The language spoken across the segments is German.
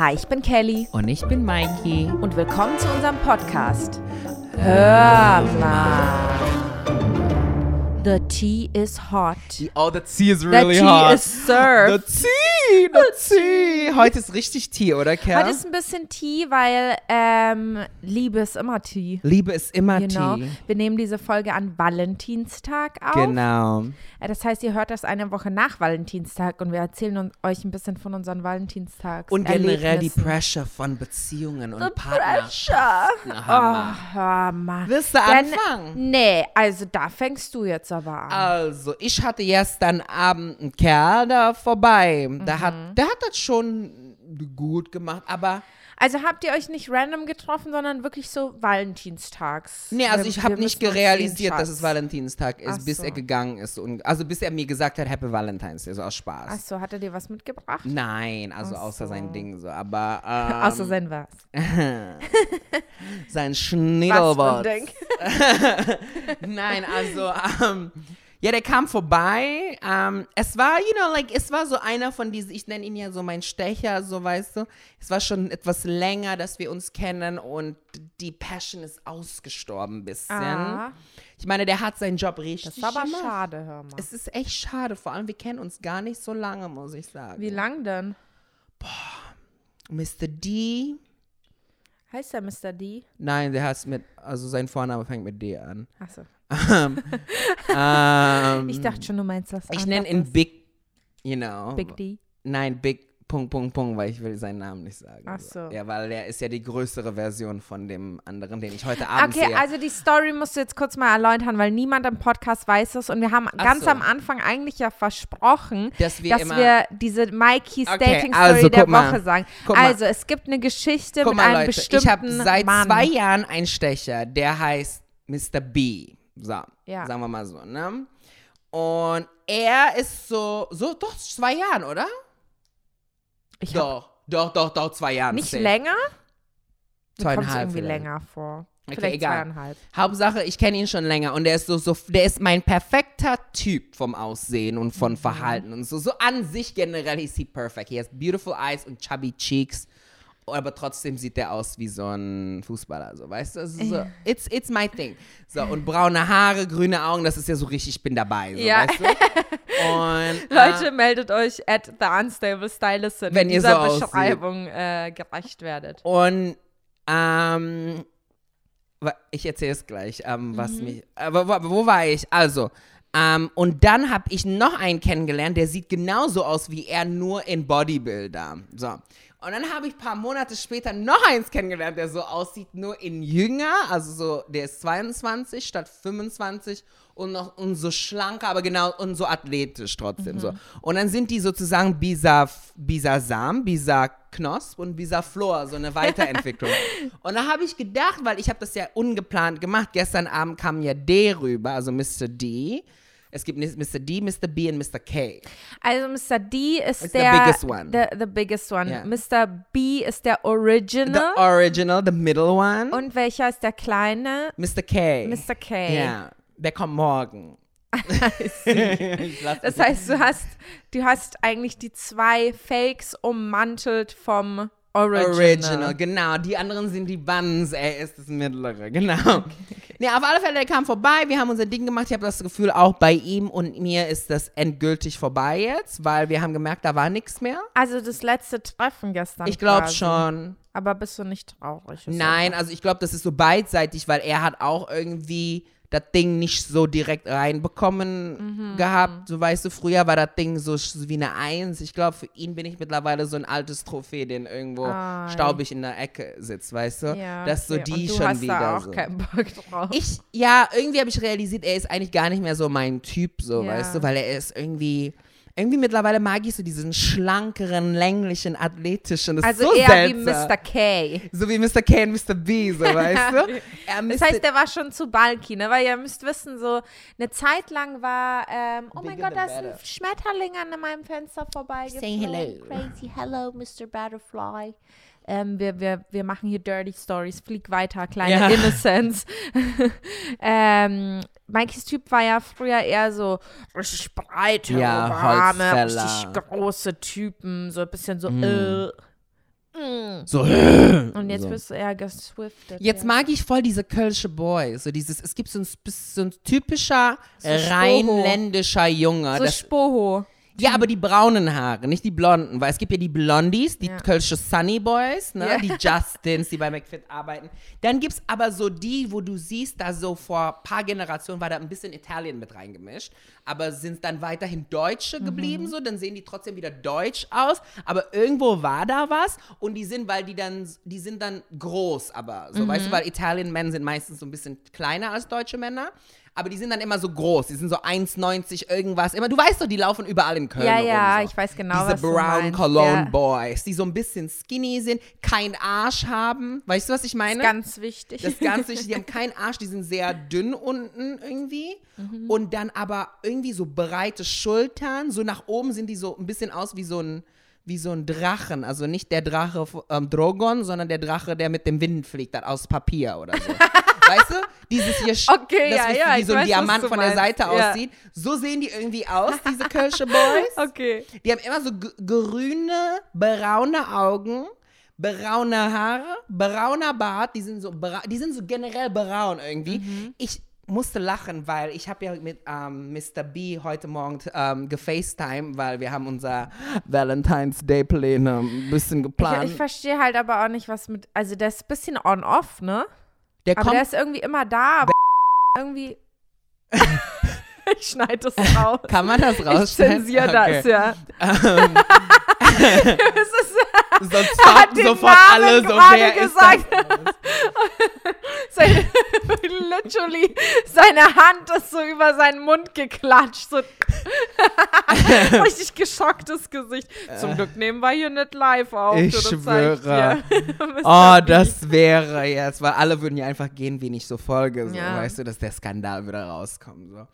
Hi, ich bin Kelly. Und ich bin Maiki. Und willkommen zu unserem Podcast. Hör mal. The tea is hot. Oh, the tea is really hot. The tea is served. The tea. Heute ist richtig Tee, oder, Kerl? Heute ist ein bisschen Tee, weil Liebe ist immer Tee. Liebe ist immer Tee. Wir nehmen diese Folge an Valentinstag auf. Genau. Das heißt, ihr hört das eine Woche nach Valentinstag und wir erzählen euch ein bisschen von unseren Valentinstags. Und generell die Pressure von Beziehungen und Partnerschaften. Hör mal. Willst du anfangen? Nee, also da fängst du jetzt aber an. Also, ich hatte gestern Abend einen Kerl da vorbei. Der hat das schon gut gemacht, aber... Also habt ihr euch nicht random getroffen, sondern wirklich so Valentinstags? Nee, also ich habe nicht realisiert, dass es Valentinstag ist, bis er gegangen ist. Also bis er mir gesagt hat, Happy Valentine's Day, so aus Spaß. Ach so, hat er dir was mitgebracht? Nein, also außer sein Ding so, aber... außer sein was? Sein Schnittelwort. Nein, also... ja, der kam vorbei. Es war, es war so einer von diesen, ich nenne ihn ja so mein Stecher, so weißt du. Es war schon etwas länger, dass wir uns kennen und die Passion ist ausgestorben ein bisschen. Ah. Ich meine, der hat seinen Job richtig gemacht. Das ist aber schade, hör mal. Es ist echt schade, vor allem wir kennen uns gar nicht so lange, muss ich sagen. Wie lang denn? Mr. D. Heißt der Mr. D? Nein, also sein Vorname fängt mit D an. Ach so. Ich dachte schon, du meinst das. Ich nenne ihn Big, Big D? Nein, Big, weil ich will seinen Namen nicht sagen. Ach so. Ja, weil der ist ja die größere Version von dem anderen, den ich heute Abend sehe. Okay, also die Story musst du jetzt kurz mal erläutern, weil niemand im Podcast weiß es und wir haben ganz am Anfang eigentlich ja versprochen, dass wir diese Mikey's Dating-Story der Woche sagen. Also, es gibt eine Geschichte mit einem bestimmten ich habe seit Mann. 2 Jahren einen Stecher, der heißt Mr. B. So, ja. Sagen wir mal so, ne? Und er ist doch 2 Jahren, oder? Doch, 2 Jahre. Nicht safe. Länger? 2,5 irgendwie vielleicht. Länger vor. Okay, vielleicht egal. 2,5. Hauptsache, ich kenne ihn schon länger und der ist der ist mein perfekter Typ vom Aussehen und von Verhalten und so. So an sich generell ist he perfect. He has beautiful eyes und chubby cheeks. Aber trotzdem sieht der aus wie so ein Fußballer, so, weißt du? Also so, it's my thing. So, und braune Haare, grüne Augen, das ist ja so richtig, ich bin dabei, so, ja. weißt du? Und, Leute, meldet euch at the unstable stylist, wenn ihr dieser so Beschreibung gerecht werdet. Und, ich erzähle es gleich, wo war ich? Also, und dann habe ich noch einen kennengelernt, der sieht genauso aus wie er, nur in Bodybuilder. So. Und dann habe ich ein paar Monate später noch eins kennengelernt, der so aussieht, nur in jünger, also so, der ist 22 statt 25 und so schlanker, aber genau, und so athletisch trotzdem so. Und dann sind die sozusagen Bisa Knosp und Bisa Flor, so eine Weiterentwicklung. Und da habe ich gedacht, weil ich habe das ja ungeplant gemacht, gestern Abend kam ja D rüber, also Mr. D. Es gibt Mr. D, Mr. B und Mr. K. Also Mr. D ist the biggest one. The biggest one. Yeah. Mr. B ist der Original. The original, the middle one. Und welcher ist der kleine? Mr. K. Mr. K. Ja, der kommt morgen. Das heißt, du hast eigentlich die 2 Fakes ummantelt vom Original, genau. Die anderen sind die Buns, er ist das Mittlere, genau. Okay. Nee, auf alle Fälle, der kam vorbei, wir haben unser Ding gemacht, ich habe das Gefühl, auch bei ihm und mir ist das endgültig vorbei jetzt, weil wir haben gemerkt, da war nichts mehr. Also das letzte Treffen gestern. Ich glaube schon. Aber bist du nicht traurig? Nein, also ich glaube, das ist so beidseitig, weil er hat auch irgendwie das Ding nicht so direkt reinbekommen gehabt. So, weißt du, früher war das Ding so wie eine 1. Ich glaube, für ihn bin ich mittlerweile so ein altes Trophäe, den irgendwo staubig in der Ecke sitzt, weißt du? Ja, das ist so die und du schon hast wieder da auch so. Keinen Bock drauf. Irgendwie habe ich realisiert, er ist eigentlich gar nicht mehr so mein Typ, so, weißt du, weil er ist irgendwie mittlerweile mag ich so diesen schlankeren, länglichen, athletischen. Das also ist so eher seltsam. wie Mr. K. So wie Mr. K und Mr. B, so, weißt du? Das heißt, der war schon zu bulky, ne? Weil ihr müsst wissen, so eine Zeit lang war, oh mein Gott, da ist ein Schmetterling an meinem Fenster vorbeigeflogen. Say hello. Crazy hello, Mr. Butterfly. Wir machen hier Dirty Stories, flieg weiter, kleine Innocence. Mikes Typ war ja früher eher so richtig breite Arme, richtig große Typen, so ein bisschen so, So. Und jetzt bist du eher geswiftet. Jetzt mag ich voll diese Kölsche Boys. So es gibt so ein typischer rheinländischer Junge. So Spoho. Ja, aber die braunen Haare, nicht die blonden, weil es gibt ja die Blondies, die Kölsche Sunny Boys, ne? Die Justins, die bei McFit arbeiten. Dann gibt es aber so die, wo du siehst, da so vor ein paar Generationen war da ein bisschen Italien mit reingemischt, aber sind dann weiterhin Deutsche geblieben, so, dann sehen die trotzdem wieder deutsch aus, aber irgendwo war da was und die sind dann groß, aber so, weißt du, weil Italien-Männer sind meistens so ein bisschen kleiner als deutsche Männer. Aber die sind dann immer so groß, die sind so 1,90 irgendwas. Immer, du weißt doch, die laufen überall in Köln rum. Ja, so. Ich weiß genau, diese Brown Cologne Boys, die so ein bisschen skinny sind, keinen Arsch haben. Weißt du, was ich meine? Das ist ganz wichtig. Das ist ganz wichtig, die haben keinen Arsch, die sind sehr dünn unten irgendwie. Und dann aber irgendwie so breite Schultern, so nach oben sind die so ein bisschen aus wie so ein Drachen. Also nicht der Drache Drogon, sondern der Drache, der mit dem Wind fliegt, aus Papier oder so. Weißt du? Dieses hier, wie so ein Diamant von der Seite aussieht. So sehen die irgendwie aus, diese Kölsche Boys. Okay. Die haben immer so grüne, braune Augen, braune Haare, brauner Bart. Die sind so generell braun irgendwie. Ich musste lachen, weil ich habe ja mit Mr. B heute Morgen gefacetimed, weil wir haben unser Valentine's Day Pläne ein bisschen geplant. Ich verstehe halt aber auch nicht, was mit, also der ist ein bisschen on-off, ne? Aber der ist irgendwie immer da, aber irgendwie. Ich schneide das raus. Kann man das rausschneiden? Ich zensiere das, ja. Sonst fragen sofort alle so, wer gesagt. Literally, seine Hand ist so über seinen Mund geklatscht. So richtig geschocktes Gesicht. Zum Glück nehmen wir hier nicht live auf. Ich schwöre. Oh, das wäre jetzt, weil alle würden ja einfach gehen, wie ich so folge. So, weißt du, dass der Skandal wieder rauskommt. So.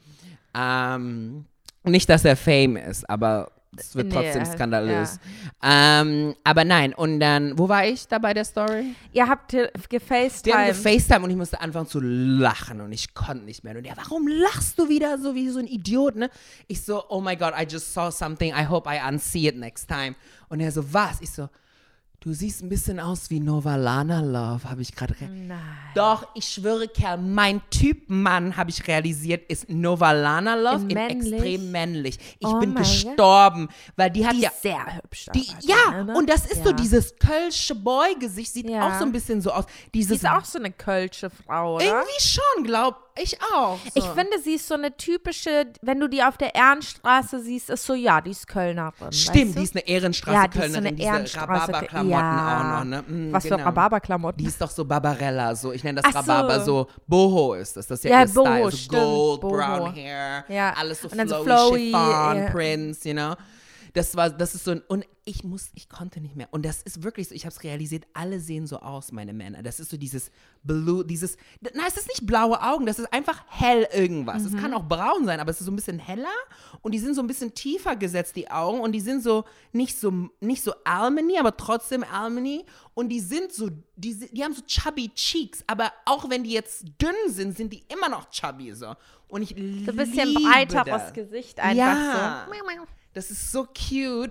Nicht, dass er Fame ist, aber es wird trotzdem skandalös. Ja. Aber nein, und dann, wo war ich da bei der Story? Ihr habt gefacetimed. Wir haben gefacetimed und ich musste anfangen zu lachen und ich konnte nicht mehr. Und ja, warum lachst du wieder so wie so ein Idiot, ne? Ich so, oh my God, I just saw something, I hope I unsee it next time. Und er so, was? Ich so, du siehst ein bisschen aus wie Novalana Love, habe ich gerade Nein. Doch, ich schwöre, Kerl, mein Typ Mann, habe ich realisiert, ist Novalana Love in extrem männlich. Ich bin gestorben, weil die hat die ja ist sehr hübsch. Und das ist so dieses Kölsche Boy-Gesicht, sieht auch so ein bisschen so aus. Die ist auch so eine Kölsche Frau, oder? Irgendwie schon, glaub ich auch. So. Ich finde, sie ist so eine typische, wenn du die auf der Ehrenstraße siehst, ist so, ja, die ist Kölnerin. Stimmt, die ist eine Ehrenstraße-Kölnerin, diese Rhabarberklamotten auch noch, ne? Was für Rhabarberklamotten? Die ist doch so Barbarella, so, ich nenne das Rhabarber, so Boho ist das ist ja ihr Boho, Style, so Gold, Brown Hair, alles so flowy, Chiffon, Prince, you know. Das ist so ein, und ich konnte nicht mehr. Und das ist wirklich so, ich habe es realisiert, alle sehen so aus, meine Männer. Das ist so dieses Blue, es ist nicht blaue Augen, das ist einfach hell irgendwas. Es kann auch braun sein, aber es ist so ein bisschen heller und die sind so ein bisschen tiefer gesetzt, die Augen, und die sind so, nicht so Almany, aber trotzdem Almany, und die sind so, die haben so chubby Cheeks, aber auch wenn die jetzt dünn sind die immer noch chubby so. Und ich liebe so ein bisschen breiteres Gesicht einfach so. Das ist so cute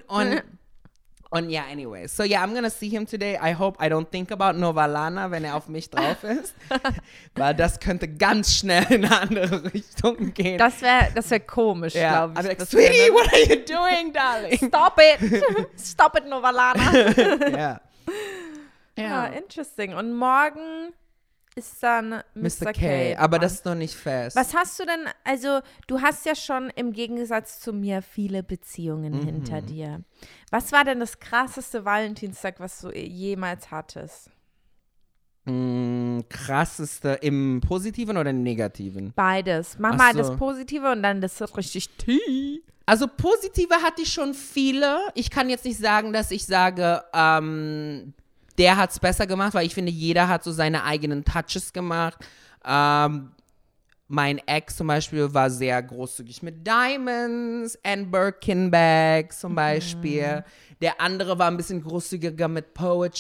und ja, anyway. So yeah, I'm gonna see him today. I hope I don't think about Novalana, wenn er auf mich drauf ist. Weil das könnte ganz schnell in eine andere Richtung gehen. Das wär komisch, glaube ich. I'm like, Sweetie, what are you doing, darling? Stop it. Stop it, Novalana. Ja, interesting. Und morgen ist dann Mr. K. Aber das ist noch nicht fest. Was hast du denn, also du hast ja schon im Gegensatz zu mir viele Beziehungen hinter dir. Was war denn das krasseste Valentinstag, was du jemals hattest? Krasseste im Positiven oder im Negativen? Beides. Mach mal das Positive und dann das richtig Tee. Also positive hatte ich schon viele. Ich kann jetzt nicht sagen, dass ich sage, der hat es besser gemacht, weil ich finde, jeder hat so seine eigenen Touches gemacht. Mein Ex zum Beispiel war sehr großzügig mit Diamonds and Birkin Bags zum Beispiel. Der andere war ein bisschen großzügiger mit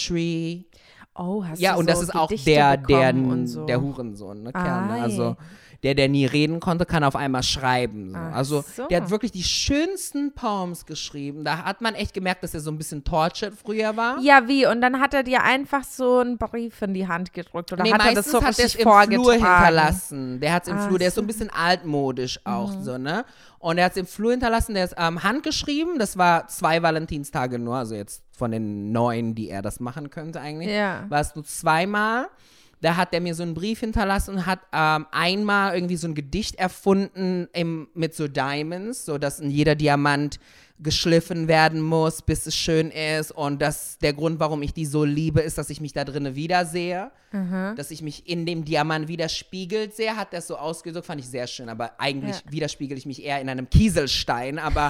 Poetry. Oh, hast ja, du und so das ist auch Gedichte der so. Hurensohn, ne, Kerl, ne? Also der nie reden konnte, kann auf einmal schreiben. So. Also der hat wirklich die schönsten Poems geschrieben. Da hat man echt gemerkt, dass er so ein bisschen tortured früher war. Ja, wie? Und dann hat er dir einfach so einen Brief in die Hand gedrückt oder hat er das so richtig vorgetragen? Im Flur hinterlassen. Der hat es im Flur, der ist so ein bisschen altmodisch auch so, ne? Und er hat es im Flur hinterlassen, der ist handgeschrieben. Das war 2 Valentinstage nur, also jetzt von den 9, die er das machen könnte eigentlich, war es nur 2-mal. Da hat er mir so einen Brief hinterlassen und hat einmal irgendwie so ein Gedicht erfunden mit so Diamonds, so dass jeder Diamant geschliffen werden muss, bis es schön ist. Und der Grund, warum ich die so liebe, ist, dass ich mich da drinnen wiedersehe. Dass ich mich in dem Diamant widerspiegelt sehe, hat das so ausgedrückt, fand ich sehr schön. Aber eigentlich widerspiegel ich mich eher in einem Kieselstein, aber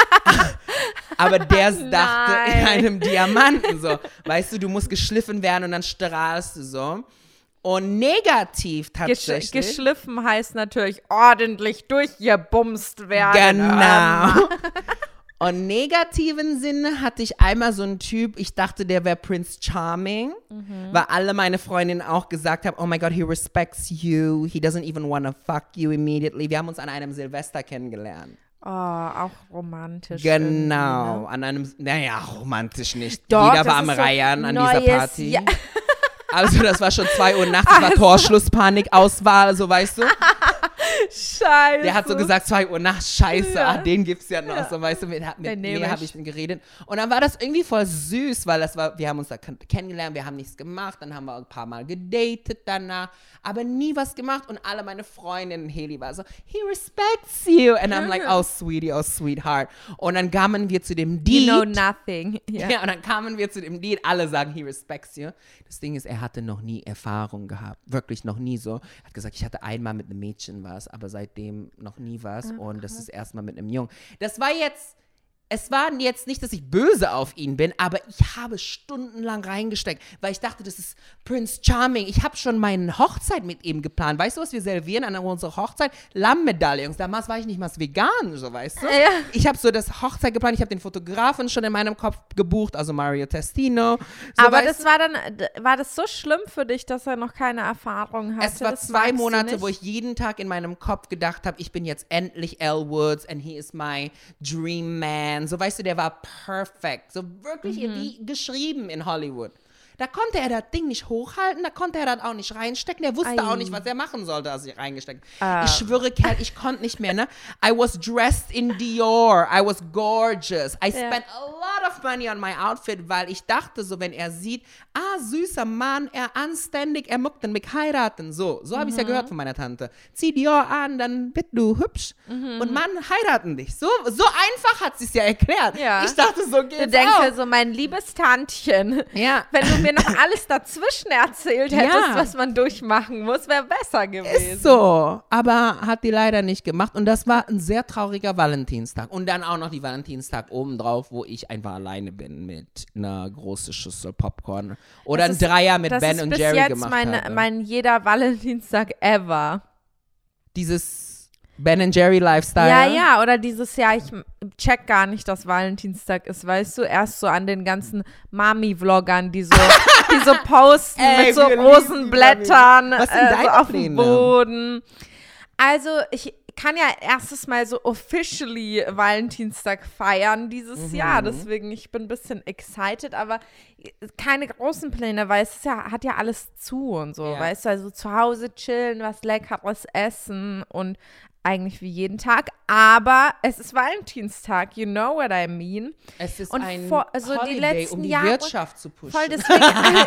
der dachte in einem Diamanten so. Weißt du, du musst geschliffen werden und dann strahlst du so. Und negativ tatsächlich. Geschliffen heißt natürlich ordentlich durchgebumst werden. Genau. Und negativen Sinne hatte ich einmal so einen Typ, ich dachte, der wäre Prince Charming, weil alle meine Freundinnen auch gesagt haben, oh my God, he respects you, he doesn't even want to fuck you immediately. Wir haben uns an einem Silvester kennengelernt. Oh, auch romantisch. Genau, ne? An einem, naja, romantisch nicht. Doch, jeder war am Reiern an dieser Party. Ja. Also das war schon 2 Uhr nachts, das war Torschlusspanik, Auswahl, so weißt du. Scheiße. Der hat so gesagt, 2 Uhr nachts, scheiße, den gibt's ja noch, so weißt du, mit mir habe ich dann geredet. Und dann war das irgendwie voll süß, weil wir haben uns da kennengelernt, wir haben nichts gemacht, dann haben wir ein paar Mal gedatet danach, aber nie was gemacht und alle meine Freundinnen, Heli war so, he respects you. And I'm like, oh sweetie, oh sweetheart. Und dann kamen wir zu dem Deed. You know nothing. Ja, und dann kamen wir zu dem Deed, alle sagen, he respects you. Das Ding ist, er hatte noch nie Erfahrung gehabt, wirklich noch nie so. Er hat gesagt, ich hatte einmal mit einem Mädchen was, aber seitdem noch nie was und das ist erstmal mit einem Jungen. Es war jetzt nicht, dass ich böse auf ihn bin, aber ich habe stundenlang reingesteckt, weil ich dachte, das ist Prince Charming. Ich habe schon meine Hochzeit mit ihm geplant. Weißt du, was wir servieren an unserer Hochzeit? Lammmedaillons. Damals war ich nicht mal vegan, so weißt du. Ja. Ich habe so das Hochzeit geplant. Ich habe den Fotografen schon in meinem Kopf gebucht, also Mario Testino. So, aber das war das so schlimm für dich, dass er noch keine Erfahrung hatte? Es war 2 Monate, wo ich jeden Tag in meinem Kopf gedacht habe, ich bin jetzt endlich Elle Woods and he is my dream man. So, weißt du, der war perfekt. So wirklich wie geschrieben in Hollywood. Da konnte er das Ding nicht hochhalten, da konnte er das auch nicht reinstecken. Er wusste auch nicht, was er machen sollte, als ich reingesteckt. Ich schwöre, Kerl, ich konnte nicht mehr, ne? I was dressed in Dior. I was gorgeous. I spent a lot of money on my outfit, weil ich dachte so, wenn er sieht, süßer Mann, er anständig, er muckt dann mich heiraten. So habe ich es ja gehört von meiner Tante. Zieh Dior an, dann bist du hübsch und Mann heiraten dich. So einfach hat sie es ja erklärt. Ja. Ich dachte, so geht's auch. Du denkst so, mein liebes Tantchen, wenn du mir noch alles dazwischen erzählt hättest, was man durchmachen muss, wäre besser gewesen. Ist so, aber hat die leider nicht gemacht und das war ein sehr trauriger Valentinstag. Und dann auch noch die Valentinstag obendrauf, wo ich einfach alleine bin mit einer großen Schüssel Popcorn oder ein Dreier mit Ben und Jerry gemacht habe. Das ist mein jeder Valentinstag ever. Dieses Ben & Jerry Lifestyle. Ja, oder dieses Jahr, ich check gar nicht, dass Valentinstag ist, weißt du, erst so an den ganzen Mami-Vloggern, die so posten mit so Rosenblättern so auf dem Boden. Also ich kann ja erstes Mal so officially Valentinstag feiern dieses Jahr, deswegen ich bin ein bisschen excited, aber keine großen Pläne, weil es hat ja alles zu und so, weißt du, also zu Hause chillen, was Leckeres essen und eigentlich wie jeden Tag, aber es ist Valentinstag, you know what I mean. Es ist und ein Holiday, die letzten die Jahre, Wirtschaft zu pushen. Voll, deswegen,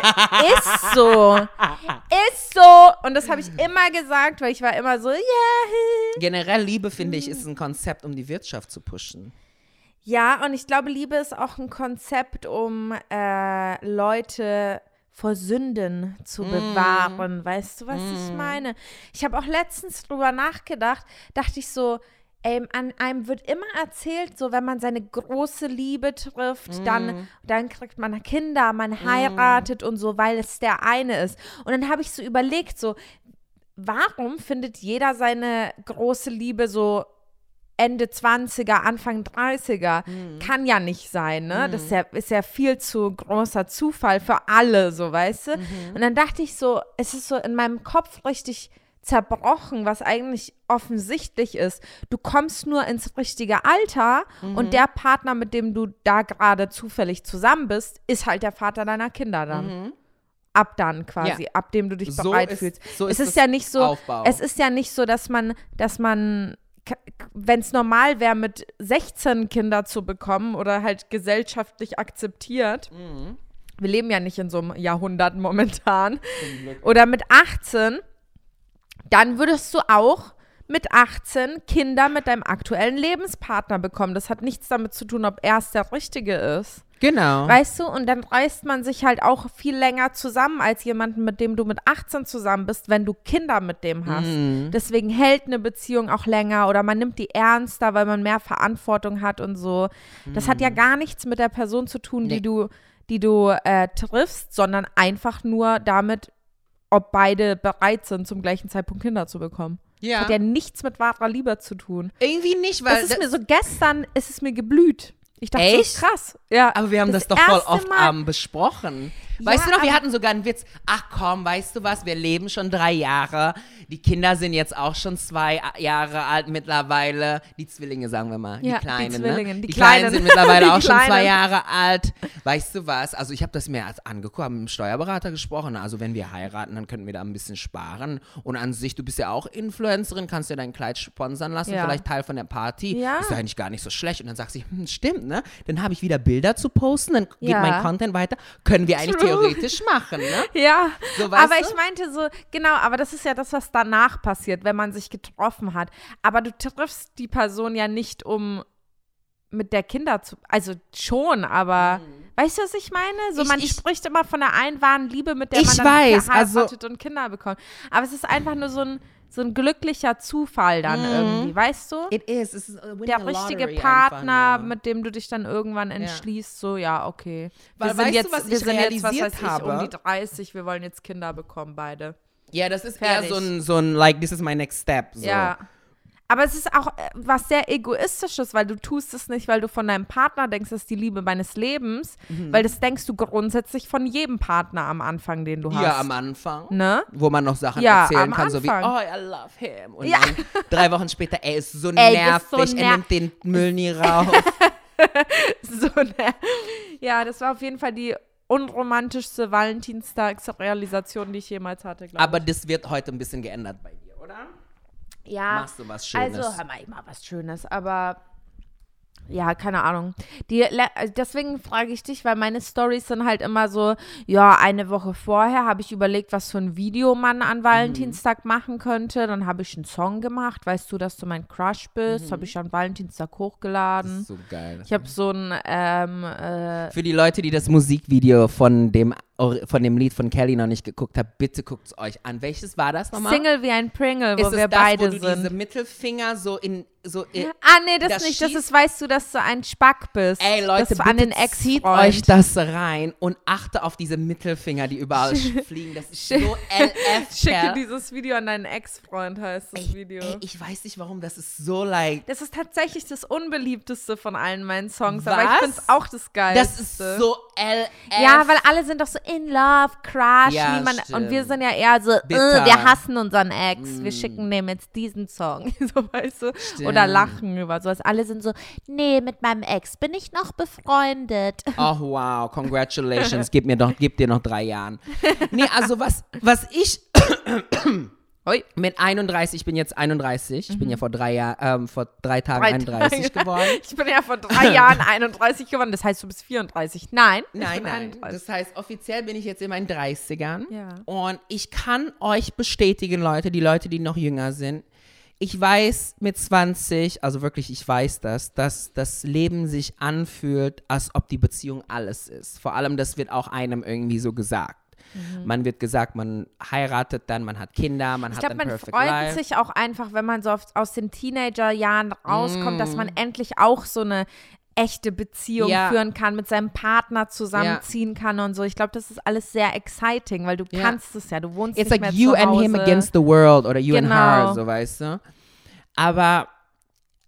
ist so. Und das habe ich immer gesagt, weil ich war immer so, Generell Liebe, finde ich, ist ein Konzept, um die Wirtschaft zu pushen. Ja, und ich glaube, Liebe ist auch ein Konzept, um Leute vor Sünden zu bewahren. Weißt du, was ich meine? Ich habe auch letztens drüber nachgedacht, dachte ich so, an einem wird immer erzählt, so wenn man seine große Liebe trifft, dann kriegt man Kinder, man heiratet und so, weil es der eine ist. Und dann habe ich so überlegt, so, warum findet jeder seine große Liebe so Ende 20er, Anfang 30er, kann ja nicht sein, ne? Das ist ja viel zu großer Zufall für alle, so, weißt du? Und dann dachte ich so, es ist so in meinem Kopf richtig zerbrochen, was eigentlich offensichtlich ist. Du kommst nur ins richtige Alter und der Partner, mit dem du da gerade zufällig zusammen bist, ist halt der Vater deiner Kinder dann. Ab dann quasi, ab dem du dich bereit fühlst. So es ist ja nicht so, Aufbau. Es ist ja nicht so, dass man wenn es normal wäre, mit 16 Kinder zu bekommen oder halt gesellschaftlich akzeptiert, wir leben ja nicht in so einem Jahrhundert momentan, oder mit 18, dann würdest du auch mit 18 Kinder mit deinem aktuellen Lebenspartner bekommen. Das hat nichts damit zu tun, ob er es der Richtige ist. Genau. Weißt du, und dann reißt man sich halt auch viel länger zusammen als jemanden, mit dem du mit 18 zusammen bist, wenn du Kinder mit dem hast. Deswegen hält eine Beziehung auch länger oder man nimmt die ernster, weil man mehr Verantwortung hat und so. Das hat ja gar nichts mit der Person zu tun, die du triffst, sondern einfach nur damit, ob beide bereit sind, zum gleichen Zeitpunkt Kinder zu bekommen. Ja. Das hat ja nichts mit wahrer Liebe zu tun. Irgendwie nicht, weil gestern ist es mir geblüht. Ich dachte, echt? So krass. Ja, aber wir haben das doch voll oft besprochen. Weißt du noch, wir hatten sogar einen Witz. Ach komm, weißt du was, wir leben schon 3 Jahre. Die Kinder sind jetzt auch schon 2 Jahre alt mittlerweile. Die Zwillinge, sagen wir mal. Die Kleinen, die Zwillinge, ne? Die Kleinen sind mittlerweile auch schon 2 Jahre alt. Weißt du was, also ich habe das mir angeguckt, habe mit dem Steuerberater gesprochen. Also wenn wir heiraten, dann könnten wir da ein bisschen sparen. Und an sich, du bist ja auch Influencerin, kannst dir dein Kleid sponsern lassen, vielleicht Teil von der Party. Ja. Ist ja eigentlich gar nicht so schlecht. Und dann sagt sie, stimmt, ne? Dann habe ich wieder Bilder zu posten, dann geht mein Content weiter. Können wir eigentlich theoretisch machen, ne? Ja, so, aber ich meinte so, genau, aber das ist ja das, was danach passiert, wenn man sich getroffen hat. Aber du triffst die Person ja nicht, um mit der Kinder zu, also schon, aber weißt du, was ich meine? So, man spricht immer von der einen wahren Liebe, mit der man dann heiratet und Kinder bekommt. Aber es ist einfach nur so ein glücklicher Zufall dann irgendwie, weißt du? Es ist der richtige Partner, mit dem du dich dann irgendwann entschließt, so, ja, okay. Weil wir sind jetzt, was weiß ich, um die 30, wir wollen jetzt Kinder bekommen, beide. Ja, das ist eher so ein, like, this is my next step. So. Ja. Aber es ist auch was sehr Egoistisches, weil du tust es nicht, weil du von deinem Partner denkst, das ist die Liebe meines Lebens, weil das denkst du grundsätzlich von jedem Partner am Anfang, den du hast. Ja, am Anfang. Ne? Wo man noch Sachen erzählen kann, so wie, oh, I love him. Und dann 3 Wochen später, er ist so nervig, er nimmt den Müll nie raus. Ja, das war auf jeden Fall die unromantischste Valentinstagsrealisation, die ich jemals hatte, glaube ich. Aber das wird heute ein bisschen geändert bei dir, oder? Ja, machst du was Schönes? Also, hör mal, immer was Schönes, aber ja, keine Ahnung. Deswegen frage ich dich, weil meine Storys sind halt immer so, ja, eine Woche vorher habe ich überlegt, was für ein Video man an Valentinstag machen könnte. Dann habe ich einen Song gemacht, weißt du, dass du mein Crush bist, habe ich an Valentinstag hochgeladen. Das ist so geil. Ich habe so ein für die Leute, die das Musikvideo von dem Lied von Kelly noch nicht geguckt habt, bitte guckt es euch an. Welches war das nochmal? Single wie ein Pringle, wo wir beide sind. Ist es das, wo du diese Mittelfinger so in nee, das nicht. Das ist, weißt du, dass du ein Spack bist. Ey, Leute, bitte an den zieht euch das rein und achte auf diese Mittelfinger, die überall fliegen. Das ist so LF. Schicke dieses Video an deinen Ex-Freund, heißt das Video. Ey, ich weiß nicht, warum. Das ist so like. Das ist tatsächlich das unbeliebteste von allen meinen Songs. Was? Aber ich finde es auch das Geilste. Das ist so LF. Ja, weil alle sind doch so in love, crush. Ja, und wir sind ja eher so, wir hassen unseren Ex. Wir schicken dem jetzt diesen Song. So, weißt du? Stimmt. Oder lachen über sowas. Alle sind so, nee, mit meinem Ex bin ich noch befreundet. Oh, wow, congratulations. Gib dir noch 3 Jahre. Nee, also was ich mit 31, ich bin jetzt 31, ich bin ja vor 3 Tagen 31 geworden. Ich bin ja vor 3 Jahren 31 geworden, das heißt, du bist 34. Nein, das heißt, offiziell bin ich jetzt in meinen 30ern. Ja. Und ich kann euch bestätigen, Leute, die noch jünger sind, ich weiß mit 20, also wirklich, ich weiß das, dass das Leben sich anfühlt, als ob die Beziehung alles ist. Vor allem, das wird auch einem irgendwie so gesagt. Man wird gesagt, man heiratet dann, man hat Kinder, man hat ein Perfect Life. Man freut sich auch einfach, wenn man so aus den Teenagerjahren rauskommt, dass man endlich auch so eine echte Beziehung führen kann, mit seinem Partner zusammenziehen kann und so. Ich glaube, das ist alles sehr exciting, weil du kannst es ja, du wohnst It's nicht like mehr you zu Hause. and him against the world oder you and her, so weißt du. Aber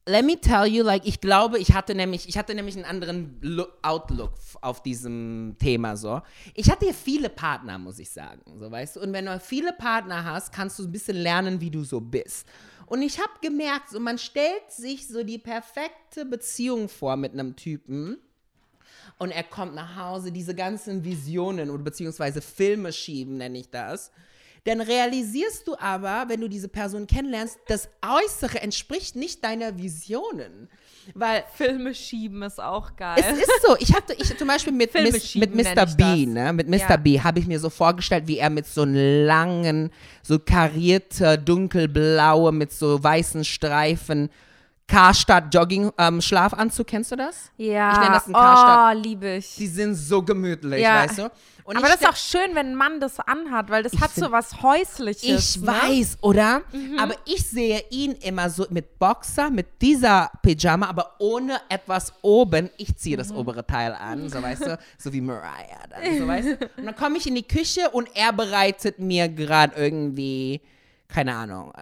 let me tell you, like, ich glaube, ich hatte nämlich einen anderen Outlook auf diesem Thema, so. Ich hatte ja viele Partner, muss ich sagen, so, weißt du. Und wenn du viele Partner hast, kannst du ein bisschen lernen, wie du so bist. Und ich habe gemerkt, so, man stellt sich so die perfekte Beziehung vor mit einem Typen und er kommt nach Hause, diese ganzen Visionen oder beziehungsweise Filme schieben, nenne ich das. Dann realisierst du aber, wenn du diese Person kennenlernst, das Äußere entspricht nicht deiner Visionen. Weil Filme schieben ist auch geil. Es ist so. Ich zum Beispiel mit Mr. B, ne? Mit Mr. B habe ich mir so vorgestellt, wie er mit so einem langen, so karierter, dunkelblaue, mit so weißen Streifen Karstadt Jogging-Schlafanzug, kennst du das? Ja. Ich nenne das ein Karstadt. Oh, liebe ich. Die sind so gemütlich, ja. weißt du? Und aber das ist auch schön, wenn ein Mann das anhat, weil das hat so was Häusliches. Ich weiß, oder? Aber ich sehe ihn immer so mit Boxer, mit dieser Pyjama, aber ohne etwas oben. Ich ziehe das obere Teil an, so weißt du, so wie Mariah dann, so weißt du. Und dann komme ich in die Küche und er bereitet mir gerade irgendwie, keine Ahnung,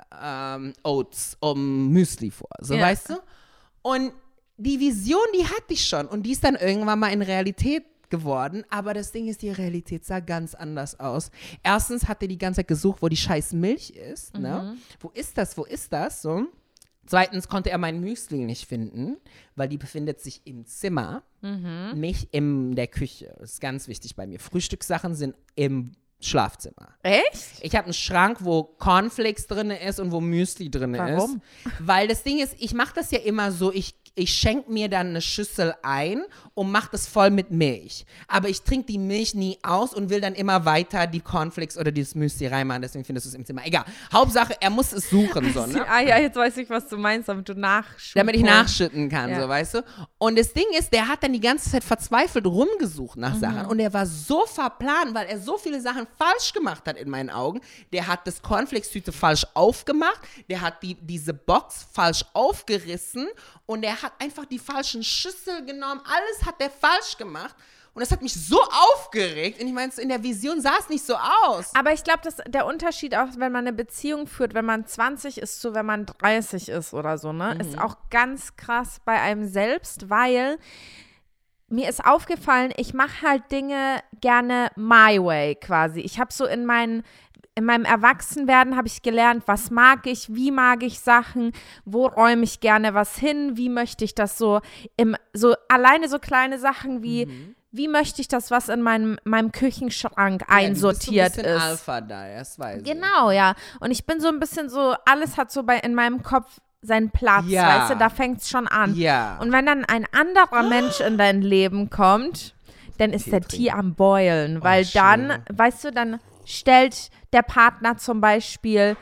Oats Müsli vor, so weißt du. Und die Vision, die hatte ich schon und die ist dann irgendwann mal in Realität geworden, aber das Ding ist, die Realität sah ganz anders aus. Erstens hat er die ganze Zeit gesucht, wo die scheiß Milch ist, ne? Wo ist das, so. Zweitens konnte er mein Müsli nicht finden, weil die befindet sich im Zimmer, nicht in der Küche. Das ist ganz wichtig bei mir. Frühstückssachen sind im Schlafzimmer. Echt? Ich habe einen Schrank, wo Cornflakes drin ist und wo Müsli drin ist. Warum? Weil das Ding ist, ich mache das ja immer so, ich schenke mir dann eine Schüssel ein und mache das voll mit Milch. Aber ich trinke die Milch nie aus und will dann immer weiter die Cornflakes oder dieses Müsli reinmachen. Deswegen findest du es im Zimmer. Egal. Hauptsache, er muss es suchen. So, ne? Ja, jetzt weiß ich, was du meinst, damit du damit ich nachschütten kann, so, weißt du. Und das Ding ist, der hat dann die ganze Zeit verzweifelt rumgesucht nach Sachen. Und er war so verplant, weil er so viele Sachen falsch gemacht hat in meinen Augen. Der hat das Cornflakes-Tüte falsch aufgemacht. Der hat diese Box falsch aufgerissen. Und er hat einfach die falschen Schüssel genommen. Alles hat der falsch gemacht. Und das hat mich so aufgeregt. Und ich meine, in der Vision sah es nicht so aus. Aber ich glaube, der Unterschied auch, wenn man eine Beziehung führt, wenn man 20 ist, so wenn man 30 ist oder so, ne, ist auch ganz krass bei einem selbst, weil mir ist aufgefallen, ich mache halt Dinge gerne my way quasi. Ich habe so in meinem Erwachsenwerden habe ich gelernt, was mag ich, wie mag ich Sachen, wo räume ich gerne was hin, wie möchte ich das so alleine so kleine Sachen wie möchte ich das, was in meinem Küchenschrank einsortiert ist. Du bist so ein bisschen Alpha da, das weiß ich. Genau, ja. Und ich bin so ein bisschen so, alles hat so in meinem Kopf seinen Platz, weißt du, da fängt es schon an. Ja. Und wenn dann ein anderer Mensch in dein Leben kommt, dann ist der Tee am Boilen, weil dann, weißt du, dann stellt der Partner zum Beispiel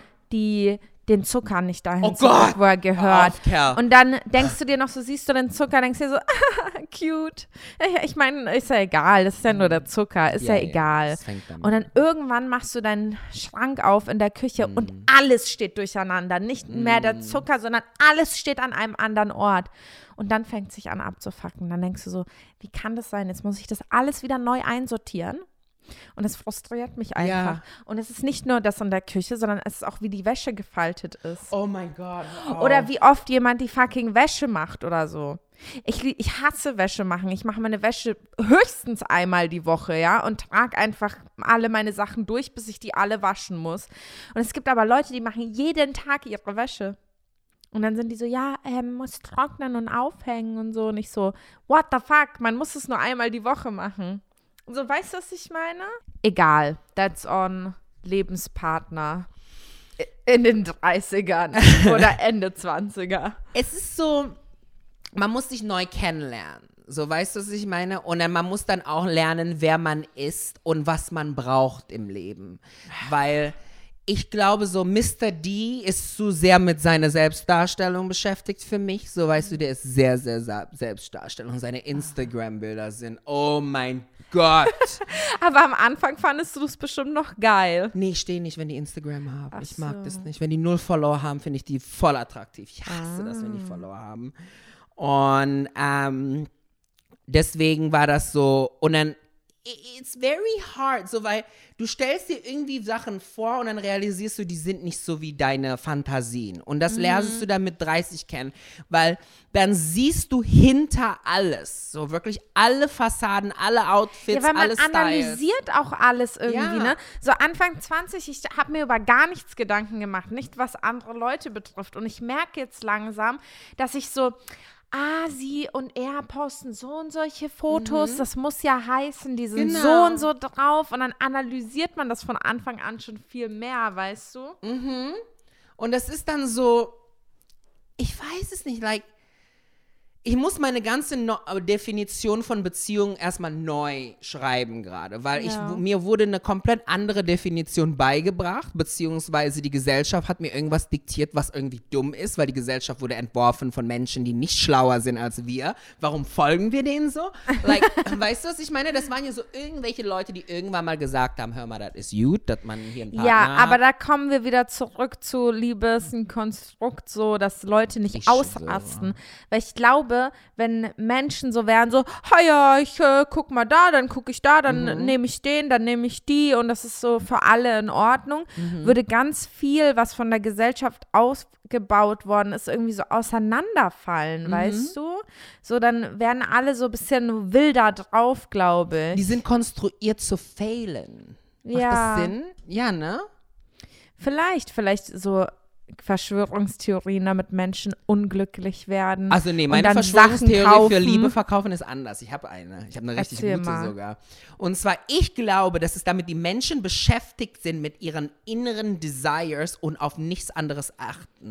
den Zucker nicht dahin zurück, wo er gehört. Und dann denkst du dir noch so, siehst du den Zucker, denkst dir so, cute. Ich meine, ist ja egal, das ist ja nur der Zucker, ist ja egal. Und dann irgendwann machst du deinen Schrank auf in der Küche und alles steht durcheinander. Nicht mehr der Zucker, sondern alles steht an einem anderen Ort. Und dann fängt es sich an abzufacken. Dann denkst du so, wie kann das sein? Jetzt muss ich das alles wieder neu einsortieren. Und es frustriert mich einfach. Ja. Und es ist nicht nur das in der Küche, sondern es ist auch, wie die Wäsche gefaltet ist. Oh mein Gott. Oh. Oder wie oft jemand die fucking Wäsche macht oder so. Ich hasse Wäsche machen. Ich mache meine Wäsche höchstens einmal die Woche, ja, und trage einfach alle meine Sachen durch, bis ich die alle waschen muss. Und es gibt aber Leute, die machen jeden Tag ihre Wäsche. Und dann sind die so, ja, muss trocknen und aufhängen und so. Und ich so, what the fuck, man muss es nur einmal die Woche machen. So, weißt du, was ich meine? Egal, that's on Lebenspartner in den 30ern oder Ende 20er. Es ist so, man muss sich neu kennenlernen. So, weißt du, was ich meine? Und dann, man muss dann auch lernen, wer man ist und was man braucht im Leben. Weil ich glaube, so Mr. D ist zu sehr mit seiner Selbstdarstellung beschäftigt für mich. So, weißt du, der ist sehr, sehr Selbstdarstellung. Seine Instagram-Bilder sind, oh mein Gott. Aber am Anfang fandest du es bestimmt noch geil. Nee, ich stehe nicht, wenn die Instagram haben. Ach ich mag das nicht. Wenn die 0 Follower haben, finde ich die voll attraktiv. Ich hasse das, wenn die Follower haben. Und deswegen war das so. Und dann, it's very hard, so, weil du stellst dir irgendwie Sachen vor und dann realisierst du, die sind nicht so wie deine Fantasien. Und das lernst du dann mit 30 kennen, weil dann siehst du hinter alles, so wirklich alle Fassaden, alle Outfits, weil man alle Styles. analysiert auch alles irgendwie, ne? So Anfang 20, ich habe mir über gar nichts Gedanken gemacht, nicht was andere Leute betrifft. Und ich merke jetzt langsam, dass ich so, sie und er posten so und solche Fotos, das muss ja heißen, die sind so und so drauf und dann analysiert man das von Anfang an schon viel mehr, weißt du? Und das ist dann so, ich weiß es nicht, like, ich muss meine ganze Definition von Beziehungen erstmal neu schreiben gerade, weil mir wurde eine komplett andere Definition beigebracht, beziehungsweise die Gesellschaft hat mir irgendwas diktiert, was irgendwie dumm ist, weil die Gesellschaft wurde entworfen von Menschen, die nicht schlauer sind als wir. Warum folgen wir denen so? Like, weißt du, was ich meine? Das waren ja so irgendwelche Leute, die irgendwann mal gesagt haben, hör mal, das ist gut, dass man hier einen Partner hat. Aber da kommen wir wieder zurück zu Liebe ist ein Konstrukt, so, dass Leute nicht ausrasten. Weil ich glaube, wenn Menschen so wären, so, ich guck mal da, dann gucke ich da, dann nehme ich den, dann nehme ich die und das ist so für alle in Ordnung, würde ganz viel, was von der Gesellschaft ausgebaut worden ist, irgendwie so auseinanderfallen, weißt du? So, dann werden alle so ein bisschen wilder drauf, glaube ich. Die sind konstruiert zu failen. Macht das Sinn? Ja, ne? Vielleicht so Verschwörungstheorien, damit Menschen unglücklich werden. Also nee, meine Verschwörungstheorie für Liebe verkaufen ist anders. Ich habe eine. Ich habe eine richtig gute sogar. Und zwar, ich glaube, dass es damit die Menschen beschäftigt sind mit ihren inneren Desires und auf nichts anderes achten.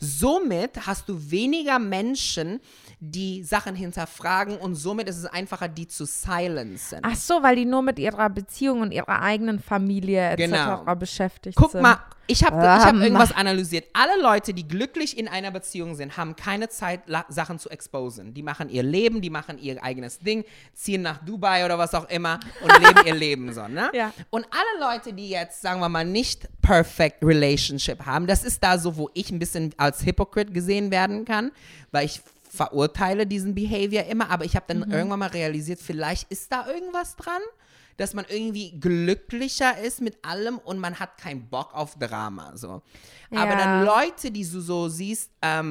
Somit hast du weniger Menschen, die Sachen hinterfragen und somit ist es einfacher, die zu silencen. Ach so, weil die nur mit ihrer Beziehung und ihrer eigenen Familie etc. beschäftigt sind. Guck mal, ich hab irgendwas analysiert. Alle Leute, die glücklich in einer Beziehung sind, haben keine Zeit, Sachen zu exposen. Die machen ihr Leben, die machen ihr eigenes Ding, ziehen nach Dubai oder was auch immer und leben ihr Leben so, ne? Ja. Und alle Leute, die jetzt, sagen wir mal, nicht perfect relationship haben, das ist da so, wo ich ein bisschen als Hypocrite gesehen werden kann, weil ich verurteile diesen Behavior immer, aber ich habe dann irgendwann mal realisiert, vielleicht ist da irgendwas dran, dass man irgendwie glücklicher ist mit allem und man hat keinen Bock auf Drama. So. Ja. Aber dann Leute, die du so siehst,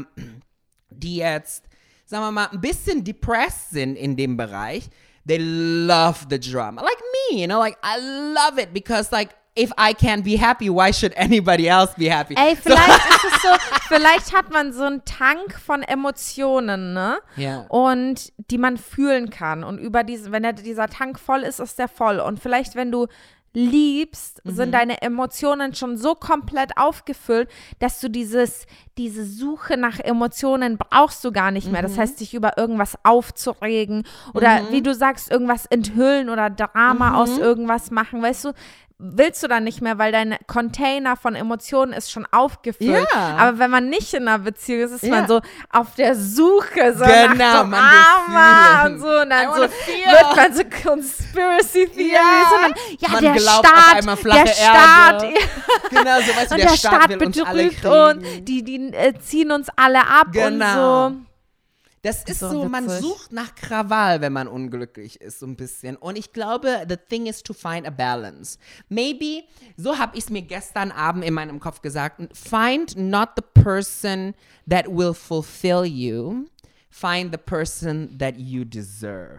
die jetzt, sagen wir mal, ein bisschen depressed sind in dem Bereich, they love the drama. Like me, you know, like I love it because like if I can't be happy, why should anybody else be happy? Ey, vielleicht ist es so, vielleicht hat man so einen Tank von Emotionen, ne? Ja. Und die man fühlen kann. Und wenn dieser Tank voll ist, ist der voll. Und vielleicht, wenn du liebst, sind deine Emotionen schon so komplett aufgefüllt, dass du diese Suche nach Emotionen brauchst du gar nicht mehr. Das heißt, dich über irgendwas aufzuregen oder wie du sagst, irgendwas enthüllen oder Drama aus irgendwas machen, weißt du, willst du dann nicht mehr, weil dein Container von Emotionen ist schon aufgefüllt. Ja. Aber wenn man nicht in einer Beziehung ist, ist man so auf der Suche, so genau, nach so Drama und so. Und dann so wird man so Conspiracy Theories. Und dann, der Staat. Genau, so, weißt du, der Staat will uns alle kriegen. Und die ziehen uns alle ab und so. Das ist so, man sucht nach Krawall, wenn man unglücklich ist, so ein bisschen. Und ich glaube, the thing is to find a balance. Maybe, so habe ich es mir gestern Abend in meinem Kopf gesagt, find not the person that will fulfill you, find the person that you deserve.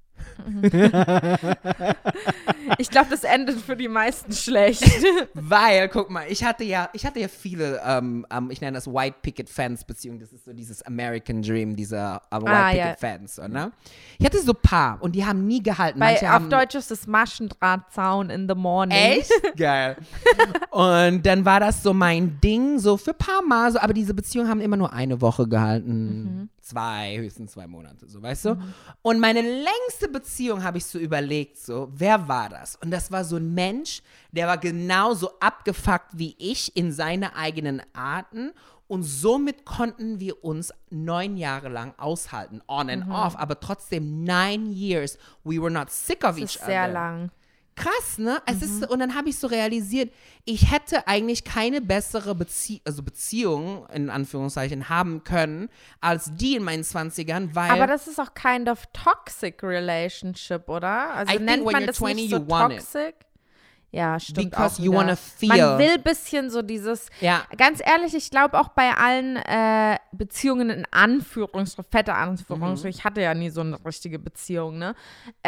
Ich glaube, das endet für die meisten schlecht. Weil, guck mal, ich hatte ja viele, ich nenne das White Picket Fence Beziehungen, das ist so dieses American Dream, dieser White Picket Fence, oder? Ich hatte so ein paar und die haben nie gehalten. Auf Deutsch ist das Maschendrahtzaun in the morning. Echt? Geil. Und dann war das so mein Ding, so für ein paar Mal, so, aber diese Beziehungen haben immer nur eine Woche gehalten. Höchstens 2 Monate, so, weißt du? Und meine längste Beziehung habe ich so überlegt, so, wer war das? Und das war so ein Mensch, der war genauso abgefuckt wie ich in seine eigenen Arten und somit konnten wir uns 9 Jahre lang aushalten, on and off, aber trotzdem 9 years, we were not sick of each other. Das ist sehr lang. Krass, ne? Es ist, und dann habe ich so realisiert, ich hätte eigentlich keine bessere Beziehung, in Anführungszeichen, haben können, als die in meinen 20ern, weil... Aber das ist auch kind of toxic relationship, oder? Also nennt man das 20, nicht so toxic? Ja, stimmt. Because auch you wanna feel. Man will ein bisschen so dieses, ganz ehrlich, ich glaube auch bei allen Beziehungen in Anführungsstrichen, fette Anführungsstrichen, ich hatte ja nie so eine richtige Beziehung, ne?